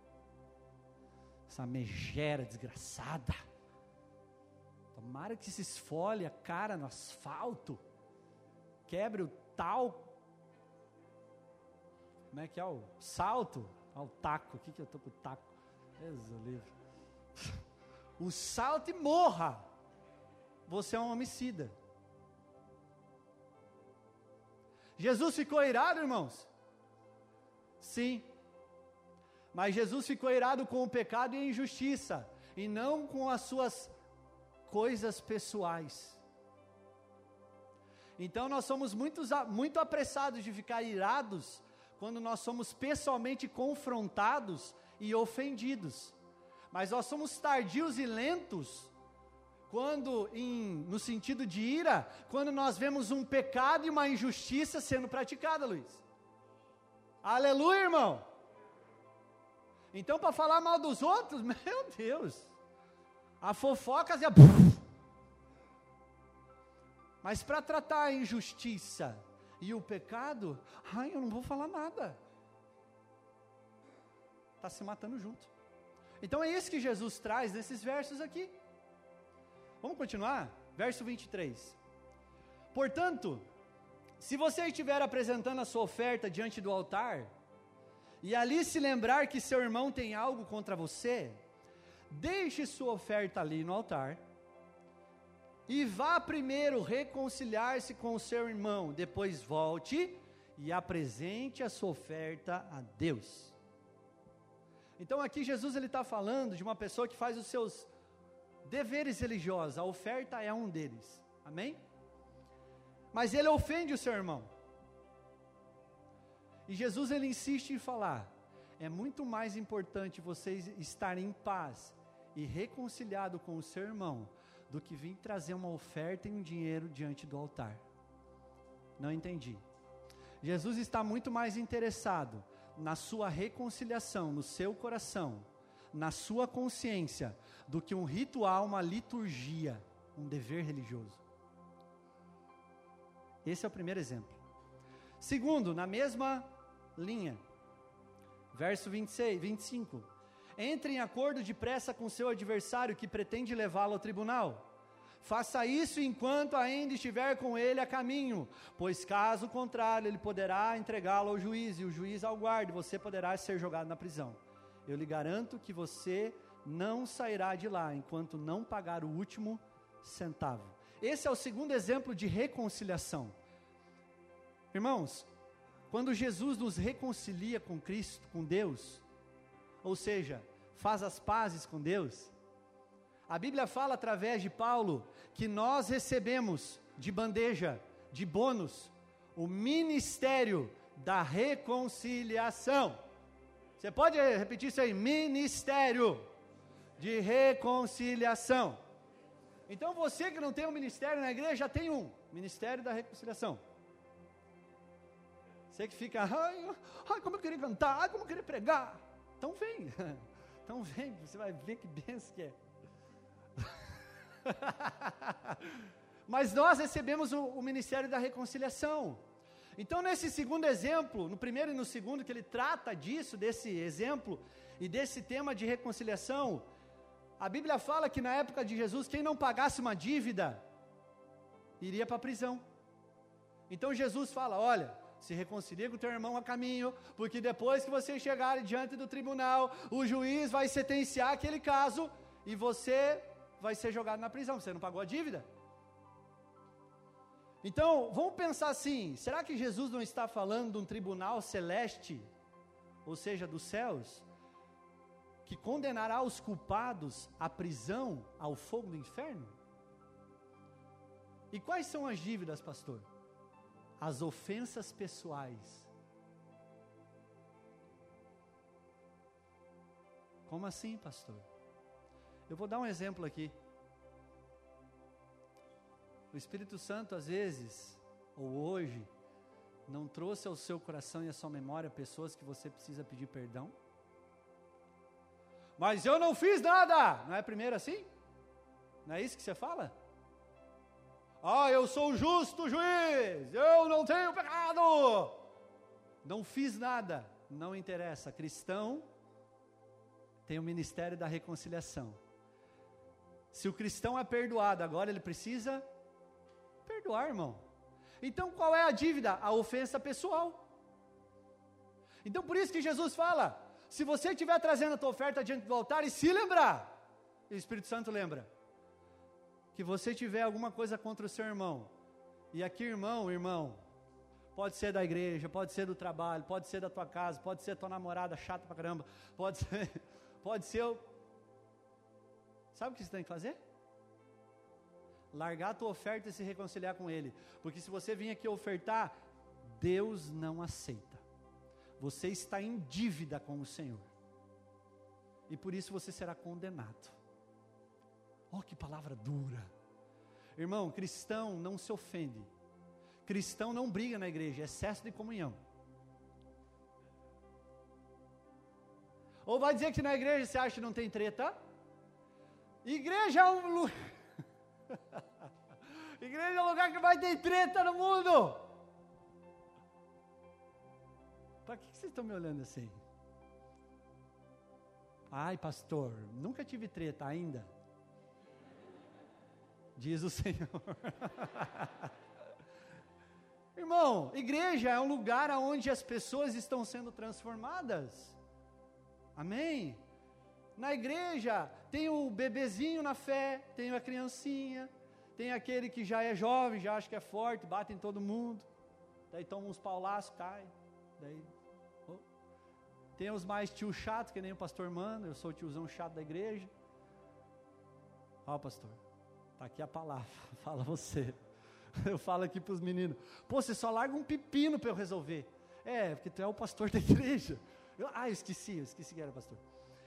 Essa megera desgraçada. Tomara que se esfole a cara no asfalto. Quebre o tal. Como é que é o salto? O taco. O que eu tô com o taco? Jesus livre. O salto e morra. Você é um homicida. Jesus ficou irado, irmãos? Sim. Mas Jesus ficou irado com o pecado e a injustiça, e não com as suas coisas pessoais. Então nós somos muito apressados de ficar irados, quando nós somos pessoalmente confrontados e ofendidos. Mas nós somos tardios e lentos, no sentido de ira, quando nós vemos um pecado e uma injustiça sendo praticada, Luiz. Aleluia, irmão. Então, para falar mal dos outros, meu Deus, a fofoca e a... Mas para tratar a injustiça e o pecado, eu não vou falar nada. Está se matando junto. Então é isso que Jesus traz nesses versos aqui. Vamos continuar? Verso 23. Portanto, se você estiver apresentando a sua oferta diante do altar, e ali se lembrar que seu irmão tem algo contra você, deixe sua oferta ali no altar, e vá primeiro reconciliar-se com o seu irmão, depois volte e apresente a sua oferta a Deus. Então aqui Jesus está falando de uma pessoa que faz os seus deveres religiosos, a oferta é um deles, amém? Mas ele ofende o seu irmão, e Jesus ele insiste em falar, é muito mais importante vocês estarem em paz e reconciliado com o seu irmão, do que vir trazer uma oferta e um dinheiro diante do altar. Não entendi. Jesus está muito mais interessado na sua reconciliação, no seu coração, na sua consciência, do que um ritual, uma liturgia, um dever religioso. Esse é o primeiro exemplo. Segundo, na mesma linha, verso 25. Entre em acordo depressa com seu adversário que pretende levá-lo ao tribunal. Faça isso enquanto ainda estiver com ele a caminho, pois caso contrário ele poderá entregá-lo ao juiz, e o juiz ao guarda, e você poderá ser jogado na prisão. Eu lhe garanto que você não sairá de lá enquanto não pagar o último centavo. Esse é o segundo exemplo de reconciliação. Irmãos, quando Jesus nos reconcilia com Cristo, com Deus, ou seja, faz as pazes com Deus, a Bíblia fala através de Paulo que nós recebemos de bandeja, de bônus, o ministério da reconciliação. Você pode repetir isso aí? Ministério de reconciliação. Então você que não tem um ministério na igreja, já tem um, ministério da reconciliação. Você que fica, como eu queria cantar, como eu queria pregar. Então vem, você vai ver que benção que é. Mas nós recebemos o ministério da reconciliação. Então nesse segundo exemplo, no primeiro e no segundo, que ele trata disso, desse exemplo e desse tema de reconciliação, a Bíblia fala que na época de Jesus, quem não pagasse uma dívida, iria para a prisão. Então Jesus fala, olha, se reconcilia com o teu irmão a caminho, porque depois que você chegar diante do tribunal, o juiz vai sentenciar aquele caso, e você vai ser jogado na prisão, você não pagou a dívida. Então, vamos pensar assim, será que Jesus não está falando de um tribunal celeste, ou seja, dos céus, que condenará os culpados à prisão, ao fogo do inferno? E quais são as dívidas, pastor? As ofensas pessoais. Como assim, pastor? Eu vou dar um exemplo aqui. O Espírito Santo, às vezes, ou hoje, não trouxe ao seu coração e à sua memória pessoas que você precisa pedir perdão? Mas eu não fiz nada! Não é primeiro assim? Não é isso que você fala? Eu sou o justo juiz, eu não tenho pecado! Não fiz nada, não interessa. Cristão tem o ministério da reconciliação. Se o cristão é perdoado, agora ele precisa perdoar, irmão. Então qual é a dívida? A ofensa pessoal. Então por isso que Jesus fala, se você estiver trazendo a tua oferta diante do altar e se lembrar, e o Espírito Santo lembra, que você tiver alguma coisa contra o seu irmão, e aqui irmão, pode ser da igreja, pode ser do trabalho, pode ser da tua casa, pode ser tua namorada chata pra caramba, pode ser sabe o que você tem que fazer? Largar a tua oferta e se reconciliar com Ele, porque se você vir aqui ofertar, Deus não aceita, você está em dívida com o Senhor, e por isso você será condenado. Que palavra dura. Irmão, cristão não se ofende, cristão não briga na igreja, é excesso de comunhão. Ou vai dizer que na igreja você acha que não tem treta? Igreja é um lugar igreja é um lugar que vai ter treta no mundo. Para que vocês estão me olhando assim? Ai, pastor, nunca tive treta ainda, diz o Senhor. Irmão, igreja é um lugar onde as pessoas estão sendo transformadas. Amém? Na igreja tem o bebezinho na fé, tem a criancinha, tem aquele que já é jovem, já acha que é forte, bate em todo mundo, daí toma uns paulaços, cai, daí tem os mais tio chato, que nem o pastor Mano, eu sou o tiozão chato da igreja. Pastor, está aqui a palavra, fala você. Eu falo aqui para os meninos, você só larga um pepino para eu resolver. Porque tu é o pastor da igreja. Eu esqueci que era pastor.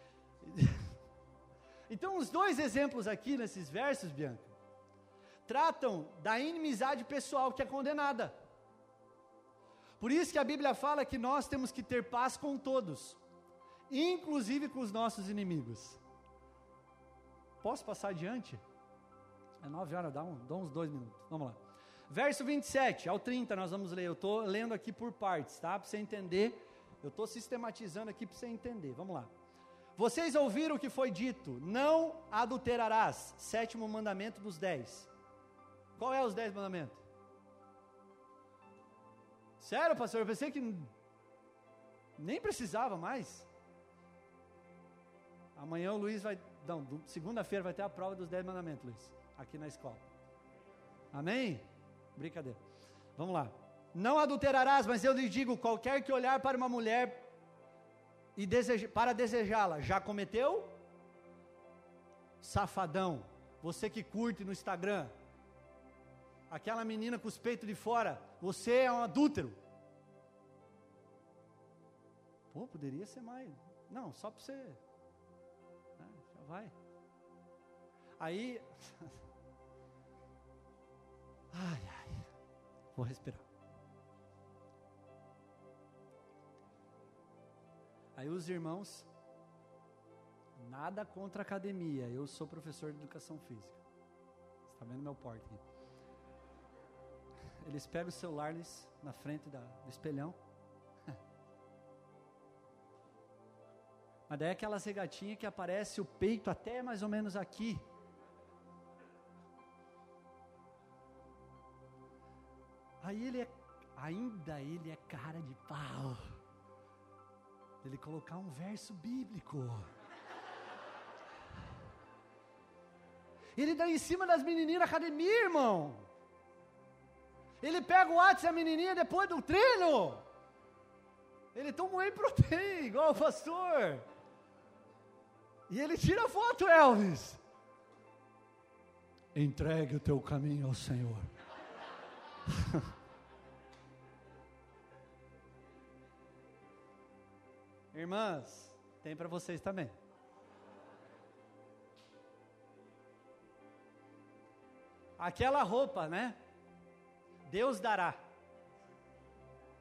Então os dois exemplos aqui nesses versos, Bianca, tratam da inimizade pessoal que é condenada. Por isso que a Bíblia fala que nós temos que ter paz com todos, inclusive com os nossos inimigos. Posso passar adiante? É 9 horas, dá uns 2 minutos. Vamos lá. Verso 27 ao 30 nós vamos ler. Eu estou lendo aqui por partes, tá? Para você entender. Eu estou sistematizando aqui para você entender. Vamos lá. Vocês ouviram o que foi dito: não adulterarás. 7º mandamento dos 10. Qual é os 10 mandamentos? Sério, pastor? Eu pensei que nem precisava mais. Amanhã o Luiz vai... Não, segunda-feira vai ter a prova dos 10 mandamentos, Luiz, aqui na escola. Amém? Brincadeira. Vamos lá. Não adulterarás, mas eu lhe digo, qualquer que olhar para uma mulher e para desejá-la, já cometeu? Safadão. Você que curte no Instagram, aquela menina com os peitos de fora, você é um adúltero. Poderia ser mais. Não, só para você. Já vai. Aí. Vou respirar. Aí os irmãos, nada contra a academia, eu sou professor de educação física. Você está vendo meu porte aqui? Eles pegam os celulares na frente do espelhão. Mas daí aquelas regatinhas que aparece o peito até mais ou menos aqui. Aí ele é cara de pau. Ele colocar um verso bíblico. Ele dá em cima das menininhas na academia, irmão. Ele pega o WhatsApp da menininha depois do treino. Ele toma um whey protein, igual o pastor. E ele tira a foto, Elvis. Entregue o teu caminho ao Senhor. Irmãs, tem para vocês também. Aquela roupa, né? Deus dará.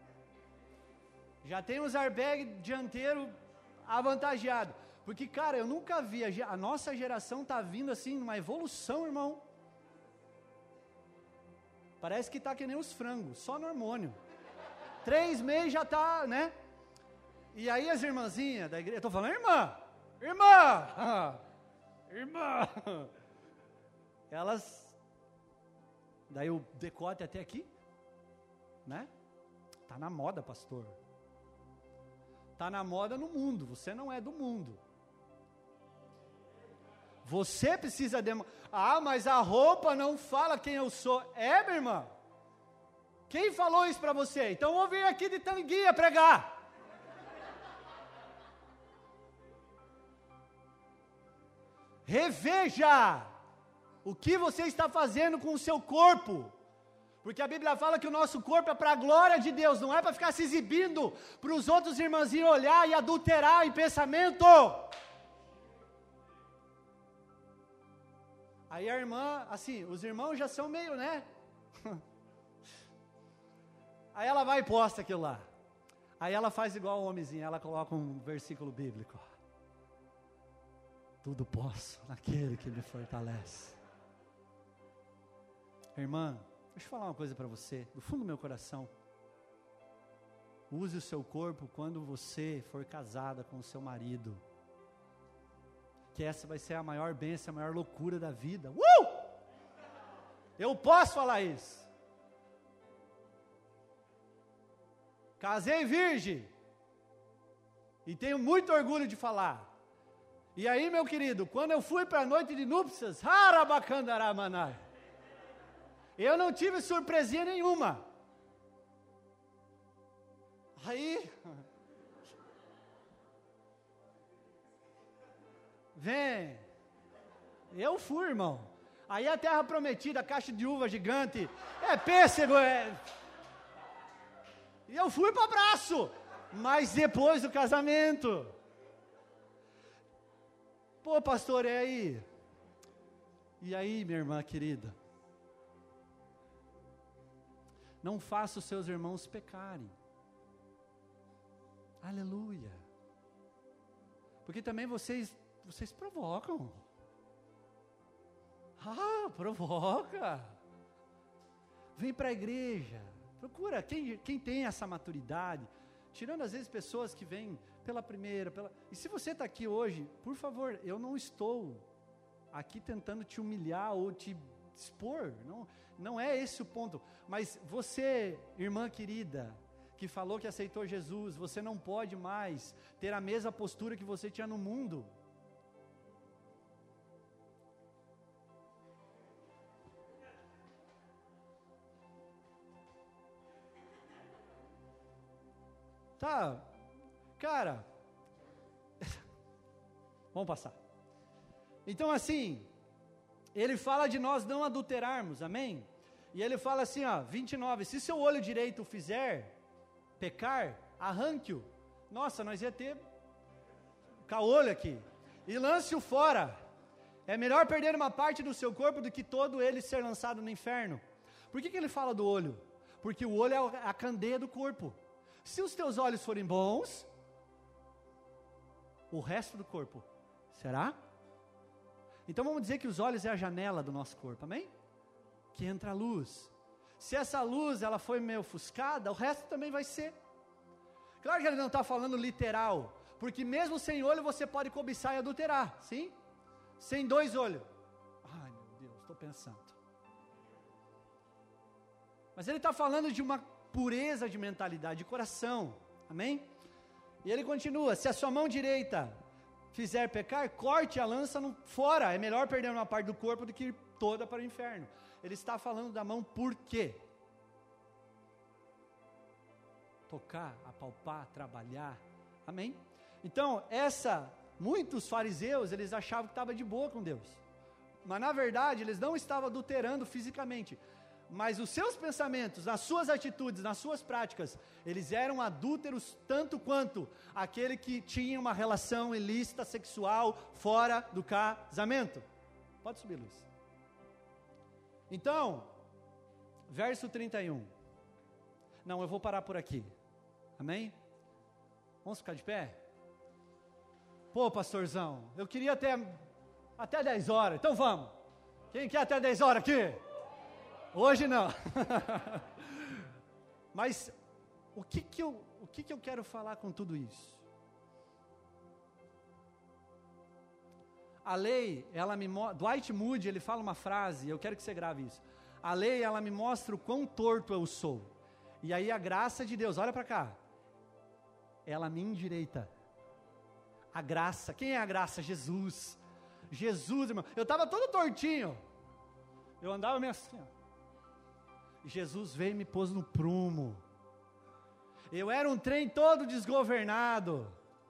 Já tem uns airbag dianteiro avantageado. Porque, cara, eu nunca vi, a nossa geração tá vindo assim, numa evolução, irmão. Parece que tá que nem os frangos, só no hormônio. 3 meses já tá, né? E aí as irmãzinhas da igreja, eu tô falando, irmã, elas, daí o decote até aqui, né? Tá na moda, pastor. Tá na moda no mundo, você não é do mundo. Você precisa mas a roupa não fala quem eu sou. É, minha irmã? Quem falou isso para você? Então vou vir aqui de tanguinha pregar. Reveja o que você está fazendo com o seu corpo. Porque a Bíblia fala que o nosso corpo é para a glória de Deus, não é para ficar se exibindo para os outros irmãzinhos olhar e adulterar em pensamento. Aí a irmã, assim, os irmãos já são meio, né? Aí ela vai e posta aquilo lá. Aí ela faz igual o homenzinho, ela coloca um versículo bíblico. Tudo posso naquele que me fortalece. Irmã, deixa eu falar uma coisa para você, do fundo do meu coração. Use o seu corpo quando você for casada com o seu marido. Que essa vai ser a maior bênção, a maior loucura da vida. Eu posso falar isso. Casei virgem. E tenho muito orgulho de falar. E aí, meu querido, quando eu fui para a noite de núpcias, eu não tive surpresinha nenhuma. Aí, vem, eu fui, irmão. Aí a terra prometida, a caixa de uva gigante, pêssego, E eu fui para o abraço, mas depois do casamento. Pô, pastor, e aí? E aí, minha irmã querida? Não faça os seus irmãos pecarem. Aleluia. Porque também vocês provocam. Provoca. Vem para a igreja. Procura quem tem essa maturidade. Tirando às vezes pessoas que vêm pela primeira. E se você está aqui hoje, por favor, eu não estou aqui tentando te humilhar ou te expor. Não é esse o ponto. Mas você, irmã querida, que falou que aceitou Jesus, você não pode mais ter a mesma postura que você tinha no mundo. Tá, cara, vamos passar. Então assim, ele fala de nós não adulterarmos, amém? E ele fala assim, 29, se seu olho direito fizer pecar, arranque-o. Nossa, nós ia ter caolho aqui. E lance-o fora. É melhor perder uma parte do seu corpo do que todo ele ser lançado no inferno. Por que ele fala do olho? Porque o olho é a candeia do corpo. Se os teus olhos forem bons, o resto do corpo será? Então vamos dizer que os olhos é a janela do nosso corpo, amém? Que entra a luz. Se essa luz ela foi meio ofuscada, o resto também vai ser. Claro que ele não está falando literal, porque mesmo sem olho você pode cobiçar e adulterar, sim? Sem 2 olhos. Ai meu Deus, estou pensando. Mas ele está falando de uma pureza de mentalidade, de coração, amém? E ele continua, se a sua mão direita fizer pecar, corte a lança fora, é melhor perder uma parte do corpo do que ir toda para o inferno. Ele está falando da mão por quê? Tocar, apalpar, trabalhar, amém? Então, muitos fariseus, eles achavam que estava de boa com Deus, mas na verdade, eles não estavam adulterando fisicamente, mas os seus pensamentos, nas suas atitudes, nas suas práticas, eles eram adúlteros tanto quanto aquele que tinha uma relação ilícita sexual fora do casamento. Pode subir, Luiz. Então, verso 31. Não, eu vou parar por aqui. Amém? Vamos ficar de pé? Pô, pastorzão, eu queria até 10 horas, então vamos. Quem quer até 10 horas aqui? Hoje não. Mas o que eu quero falar com tudo isso? A lei, Dwight Moody, ele fala uma frase, eu quero que você grave isso. A lei, ela me mostra o quão torto eu sou. E aí a graça de Deus, olha para cá, ela me endireita. A graça, quem é a graça? Jesus. Jesus, irmão, eu estava todo tortinho. Eu andava meio assim, ó. Jesus veio e me pôs no prumo. Eu era um trem todo desgovernado.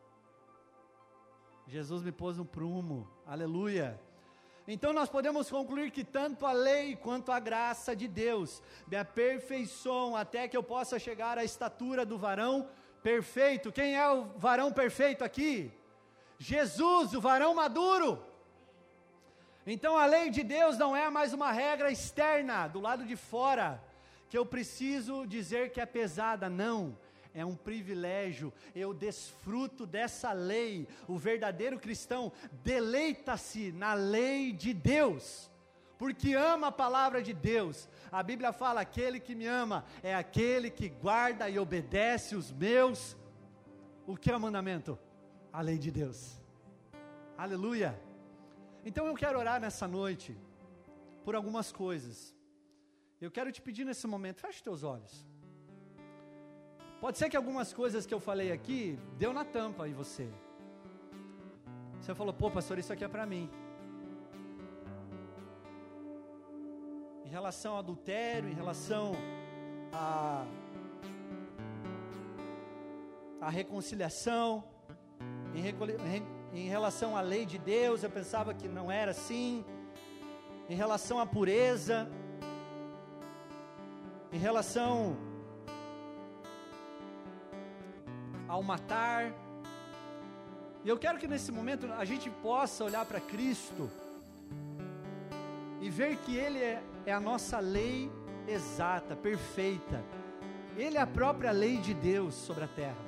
Jesus me pôs no prumo. Aleluia. Então nós podemos concluir que tanto a lei quanto a graça de Deus me aperfeiçoam até que eu possa chegar à estatura do varão perfeito. Quem é o varão perfeito aqui? Jesus, o varão maduro. Então a lei de Deus não é mais uma regra externa, do lado de fora, que eu preciso dizer que é pesada, não. É um privilégio, eu desfruto dessa lei. O verdadeiro cristão deleita-se na lei de Deus, porque ama a palavra de Deus. A Bíblia fala, aquele que me ama, é aquele que guarda e obedece os meus, o que é o mandamento? A lei de Deus. Aleluia. Então eu quero orar nessa noite, por algumas coisas. Eu quero te pedir nesse momento, feche teus olhos. Pode ser que algumas coisas que eu falei aqui, deu na tampa em você. Você falou, pô pastor, isso aqui é para mim. Em relação ao adultério, em relação à reconciliação, em relação à lei de Deus, eu pensava que não era assim. Em relação à pureza, em relação ao matar. E eu quero que nesse momento a gente possa olhar para Cristo e ver que Ele é a nossa lei exata, perfeita. Ele é a própria lei de Deus sobre a terra.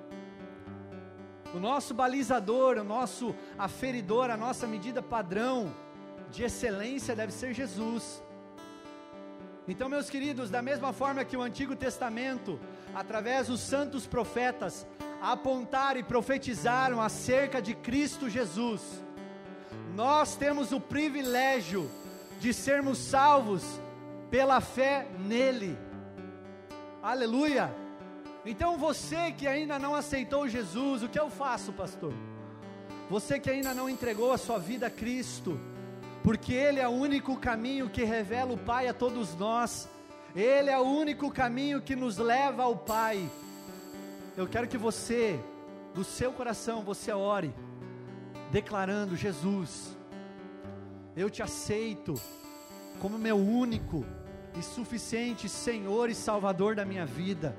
O nosso balizador, o nosso aferidor, a nossa medida padrão de excelência deve ser Jesus. Então, meus queridos, da mesma forma que o Antigo Testamento, através dos santos profetas, apontaram e profetizaram acerca de Cristo Jesus, nós temos o privilégio de sermos salvos pela fé nele. Aleluia! Então você que ainda não aceitou Jesus, o que eu faço, pastor? Você que ainda não entregou a sua vida a Cristo, porque Ele é o único caminho que revela o Pai a todos nós, Ele é o único caminho que nos leva ao Pai. Eu quero que você, do seu coração, você ore, declarando, Jesus, eu te aceito como meu único e suficiente Senhor e Salvador da minha vida.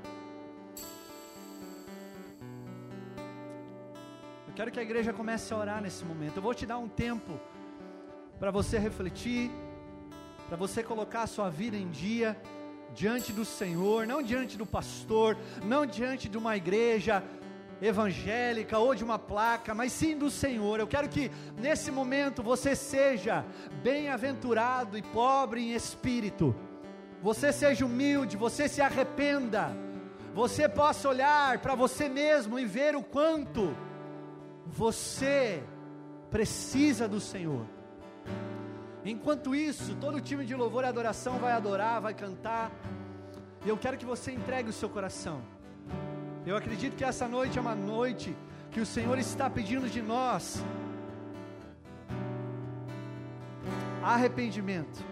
Eu quero que a igreja comece a orar nesse momento. Eu vou te dar um tempo para você refletir, para você colocar a sua vida em dia, diante do Senhor, não diante do pastor, não diante de uma igreja evangélica ou de uma placa, mas sim do Senhor. Eu quero que nesse momento você seja bem-aventurado e pobre em espírito, você seja humilde, você se arrependa, você possa olhar para você mesmo e ver o quanto você precisa do Senhor. Enquanto isso, todo o time de louvor e adoração vai adorar, vai cantar, e eu quero que você entregue o seu coração. Eu acredito que essa noite é uma noite que o Senhor está pedindo de nós arrependimento,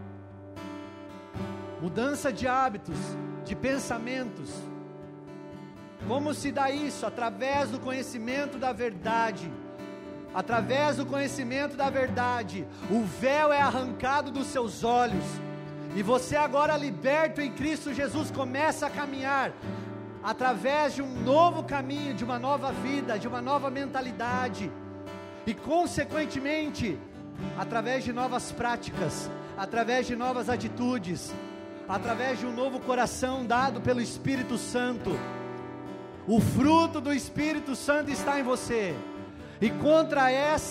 mudança de hábitos, de pensamentos. Como se dá isso? Através do conhecimento da verdade. Através do conhecimento da verdade, o véu é arrancado dos seus olhos, e você agora liberto em Cristo Jesus, começa a caminhar, através de um novo caminho, de uma nova vida, de uma nova mentalidade, e consequentemente, através de novas práticas, através de novas atitudes, através de um novo coração dado pelo Espírito Santo. O fruto do Espírito Santo está em você. E contra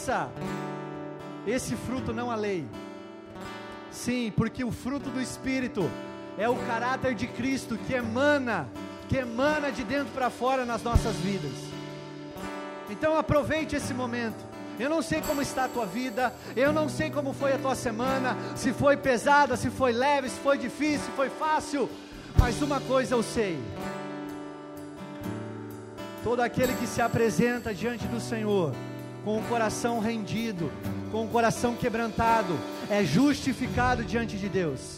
esse fruto não há lei. Sim, porque o fruto do Espírito é o caráter de Cristo que emana de dentro para fora nas nossas vidas. Então aproveite esse momento. Eu não sei como está a tua vida, eu não sei como foi a tua semana, se foi pesada, se foi leve, se foi difícil, se foi fácil, mas uma coisa eu sei: todo aquele que se apresenta diante do Senhor com o coração rendido, com o coração quebrantado, é justificado diante de Deus.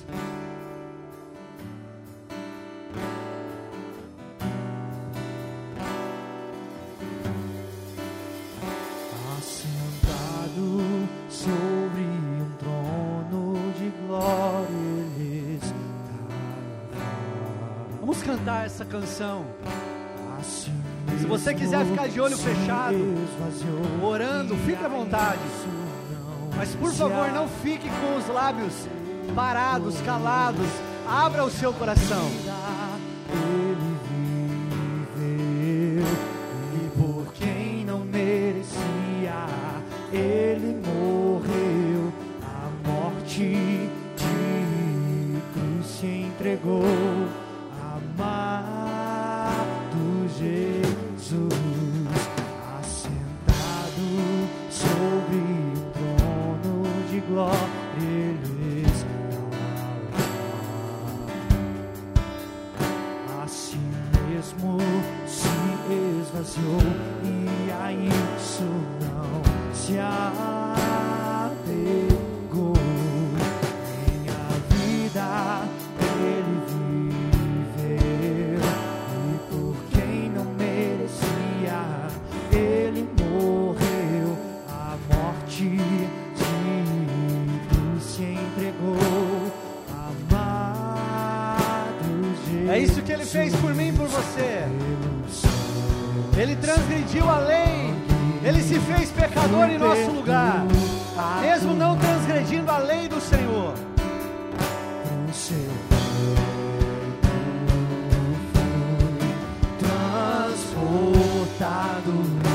Assentado sobre um trono de glória Ele está. Vamos cantar essa canção. Assim Se você quiser ficar de olho fechado, orando, fique à vontade. Mas por favor, não fique com os lábios parados, calados. Abra o seu coração. Ele viveu, e por quem não merecia, Ele morreu. A morte de cruz se entregou. Amado Jesus, assentado sobre um trono de glória, Ele está. A si mesmo se esvaziou e a isso não se apegou. Minha vida Ele viveu, e por quem não merecia, Ele morreu. A morte de cruz se entregou. Amado Jesus, É isso que Ele fez por mim e por você. Ele transgrediu a lei. Ele se fez pecador em nosso lugar, mesmo não transgredindo a lei do Senhor. O seu corpo foi transportado.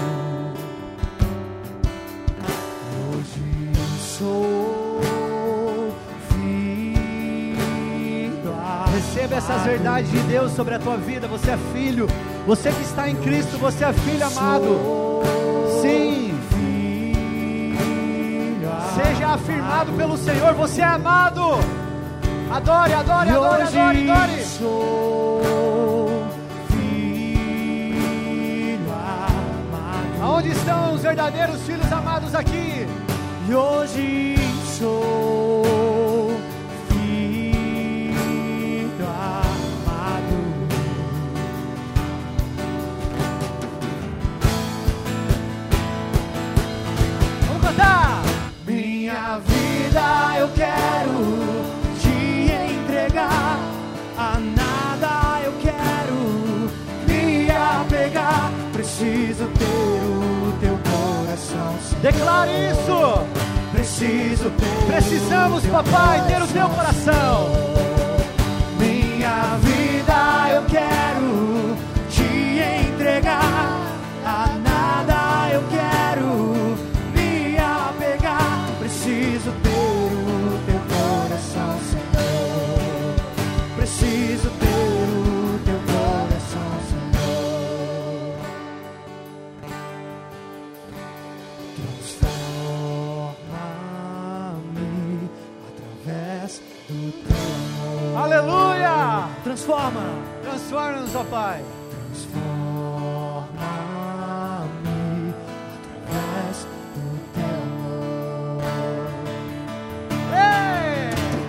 Hoje sou filho. Receba essas verdades de Deus sobre a tua vida. Você é filho. Você que está em Cristo, você é filho amado. Sim. Seja afirmado pelo Senhor. Você é amado. Adore, adore, adore, adore, adore. Sou filho amado. Aonde estão os verdadeiros filhos amados aqui? E hoje sou filho amado. Vamos cantar! Minha vida eu quero te entregar, a nada eu quero me apegar. Preciso ter o teu coração. Declare isso! Precisamos, papai, ter o teu coração. Minha vida eu quero te entregar, a nada eu quero me apegar. Preciso ter o teu coração, Senhor. Preciso ter o teu coração, Senhor. Transforma-me através do teu amor. Aleluia! Transforma-nos, ó Pai. Transforma-me através do teu amor. Ei!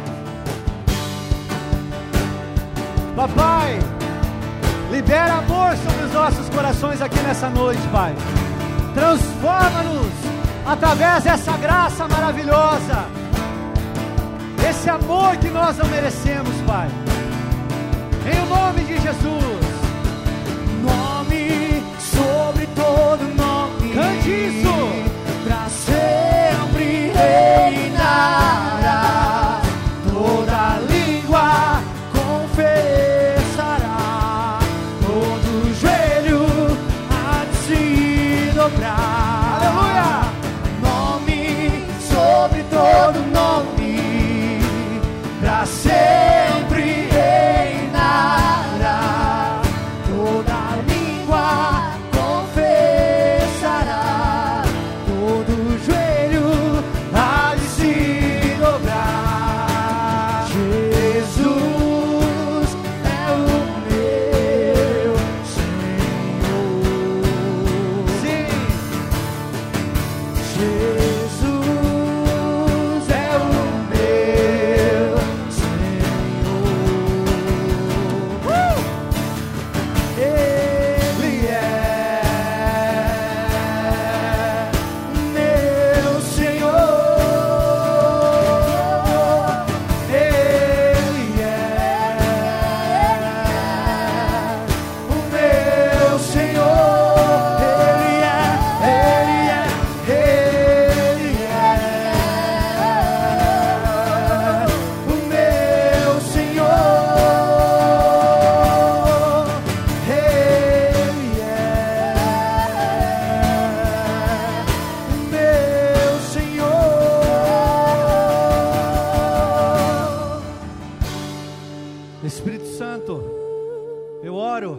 Papai, libera amor sobre os nossos corações aqui nessa noite, Pai. Transforma-nos através dessa graça maravilhosa, esse amor que nós não merecemos, Pai. Em o nome de Jesus. Nome sobre todo nome. Cante isso. Pra sempre reinará. Toda língua confessará. Todo joelho dobrar. Aleluia! Nome sobre todo nome, pra sempre reinará. Toda língua confessará, todo joelho há de se dobrar. Jesus é o meu Senhor. Sim! Jesus é o meu Senhor. Ele é meu Senhor. Ele é o meu Senhor. Ele é o meu Senhor. Ele é o meu Senhor. Espírito Santo, eu oro.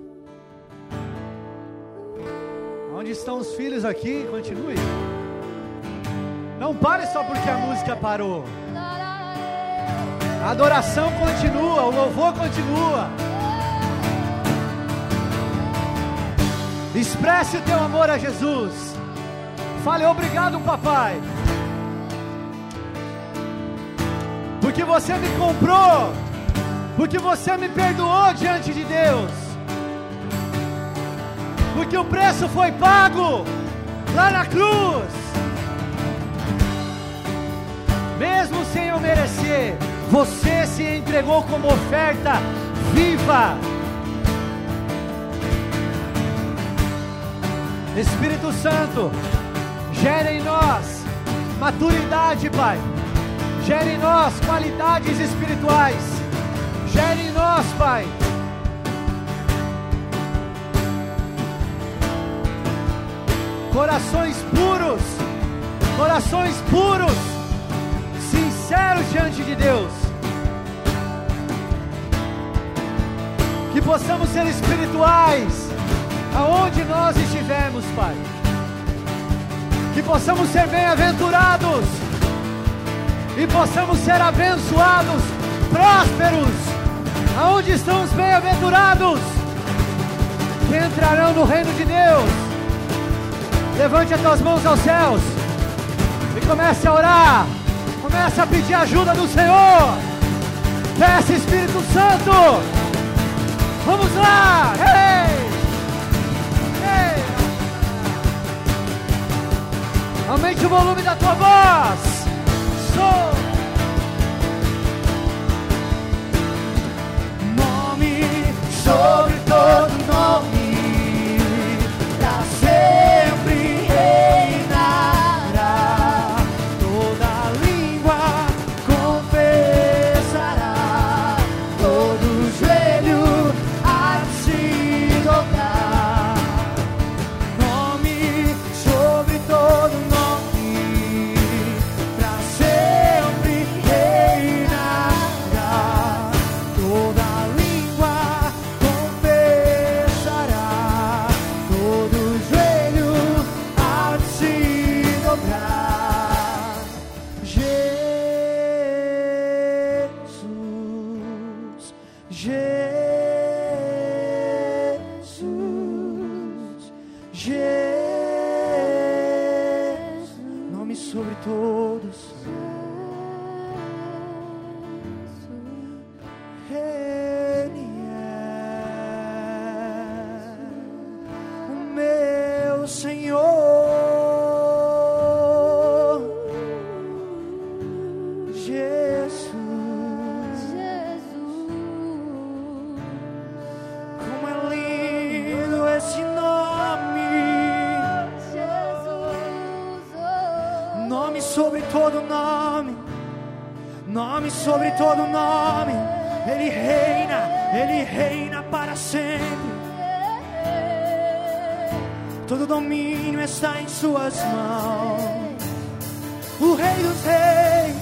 Onde estão os filhos aqui? Continue. Não pare só porque a música parou. A adoração continua, o louvor continua. Expresse o teu amor a Jesus. Fale obrigado, papai, porque você me comprou, porque você me perdoou diante de Deus, porque o preço foi pago lá na cruz. Mesmo sem eu merecer, você se entregou como oferta viva. Espírito Santo, gere em nós maturidade, Pai. Gere em nós qualidades espirituais. Gere em nós, Pai, corações puros, sinceros diante de Deus. Que possamos ser espirituais aonde nós estivermos, Pai. Que possamos ser bem-aventurados e possamos ser abençoados, prósperos, aonde estão os bem-aventurados que entrarão no reino de Deus. Levante as tuas mãos aos céus e comece a orar. Comece a pedir ajuda do Senhor. Peça, Espírito Santo. Vamos lá. Ei! Ei! Aumente o volume da tua voz. Nome sobre todo nome, pra sempre reinará. Toda língua confessará, todo joelho há de se dobrar. Nome sobre todo nome, pra sempre reinará. Toda língua confessará, todo joelho há de se dobrar. Jesus, Jesus, Jesus, nome sobre todos. Ele é o meu Senhor, Jesus. Como é lindo esse nome, nome sobre todo nome, nome sobre todo nome. Ele reina para sempre. Todo domínio está em suas mãos. O Rei dos Reis.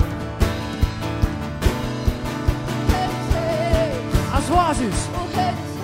Vozes.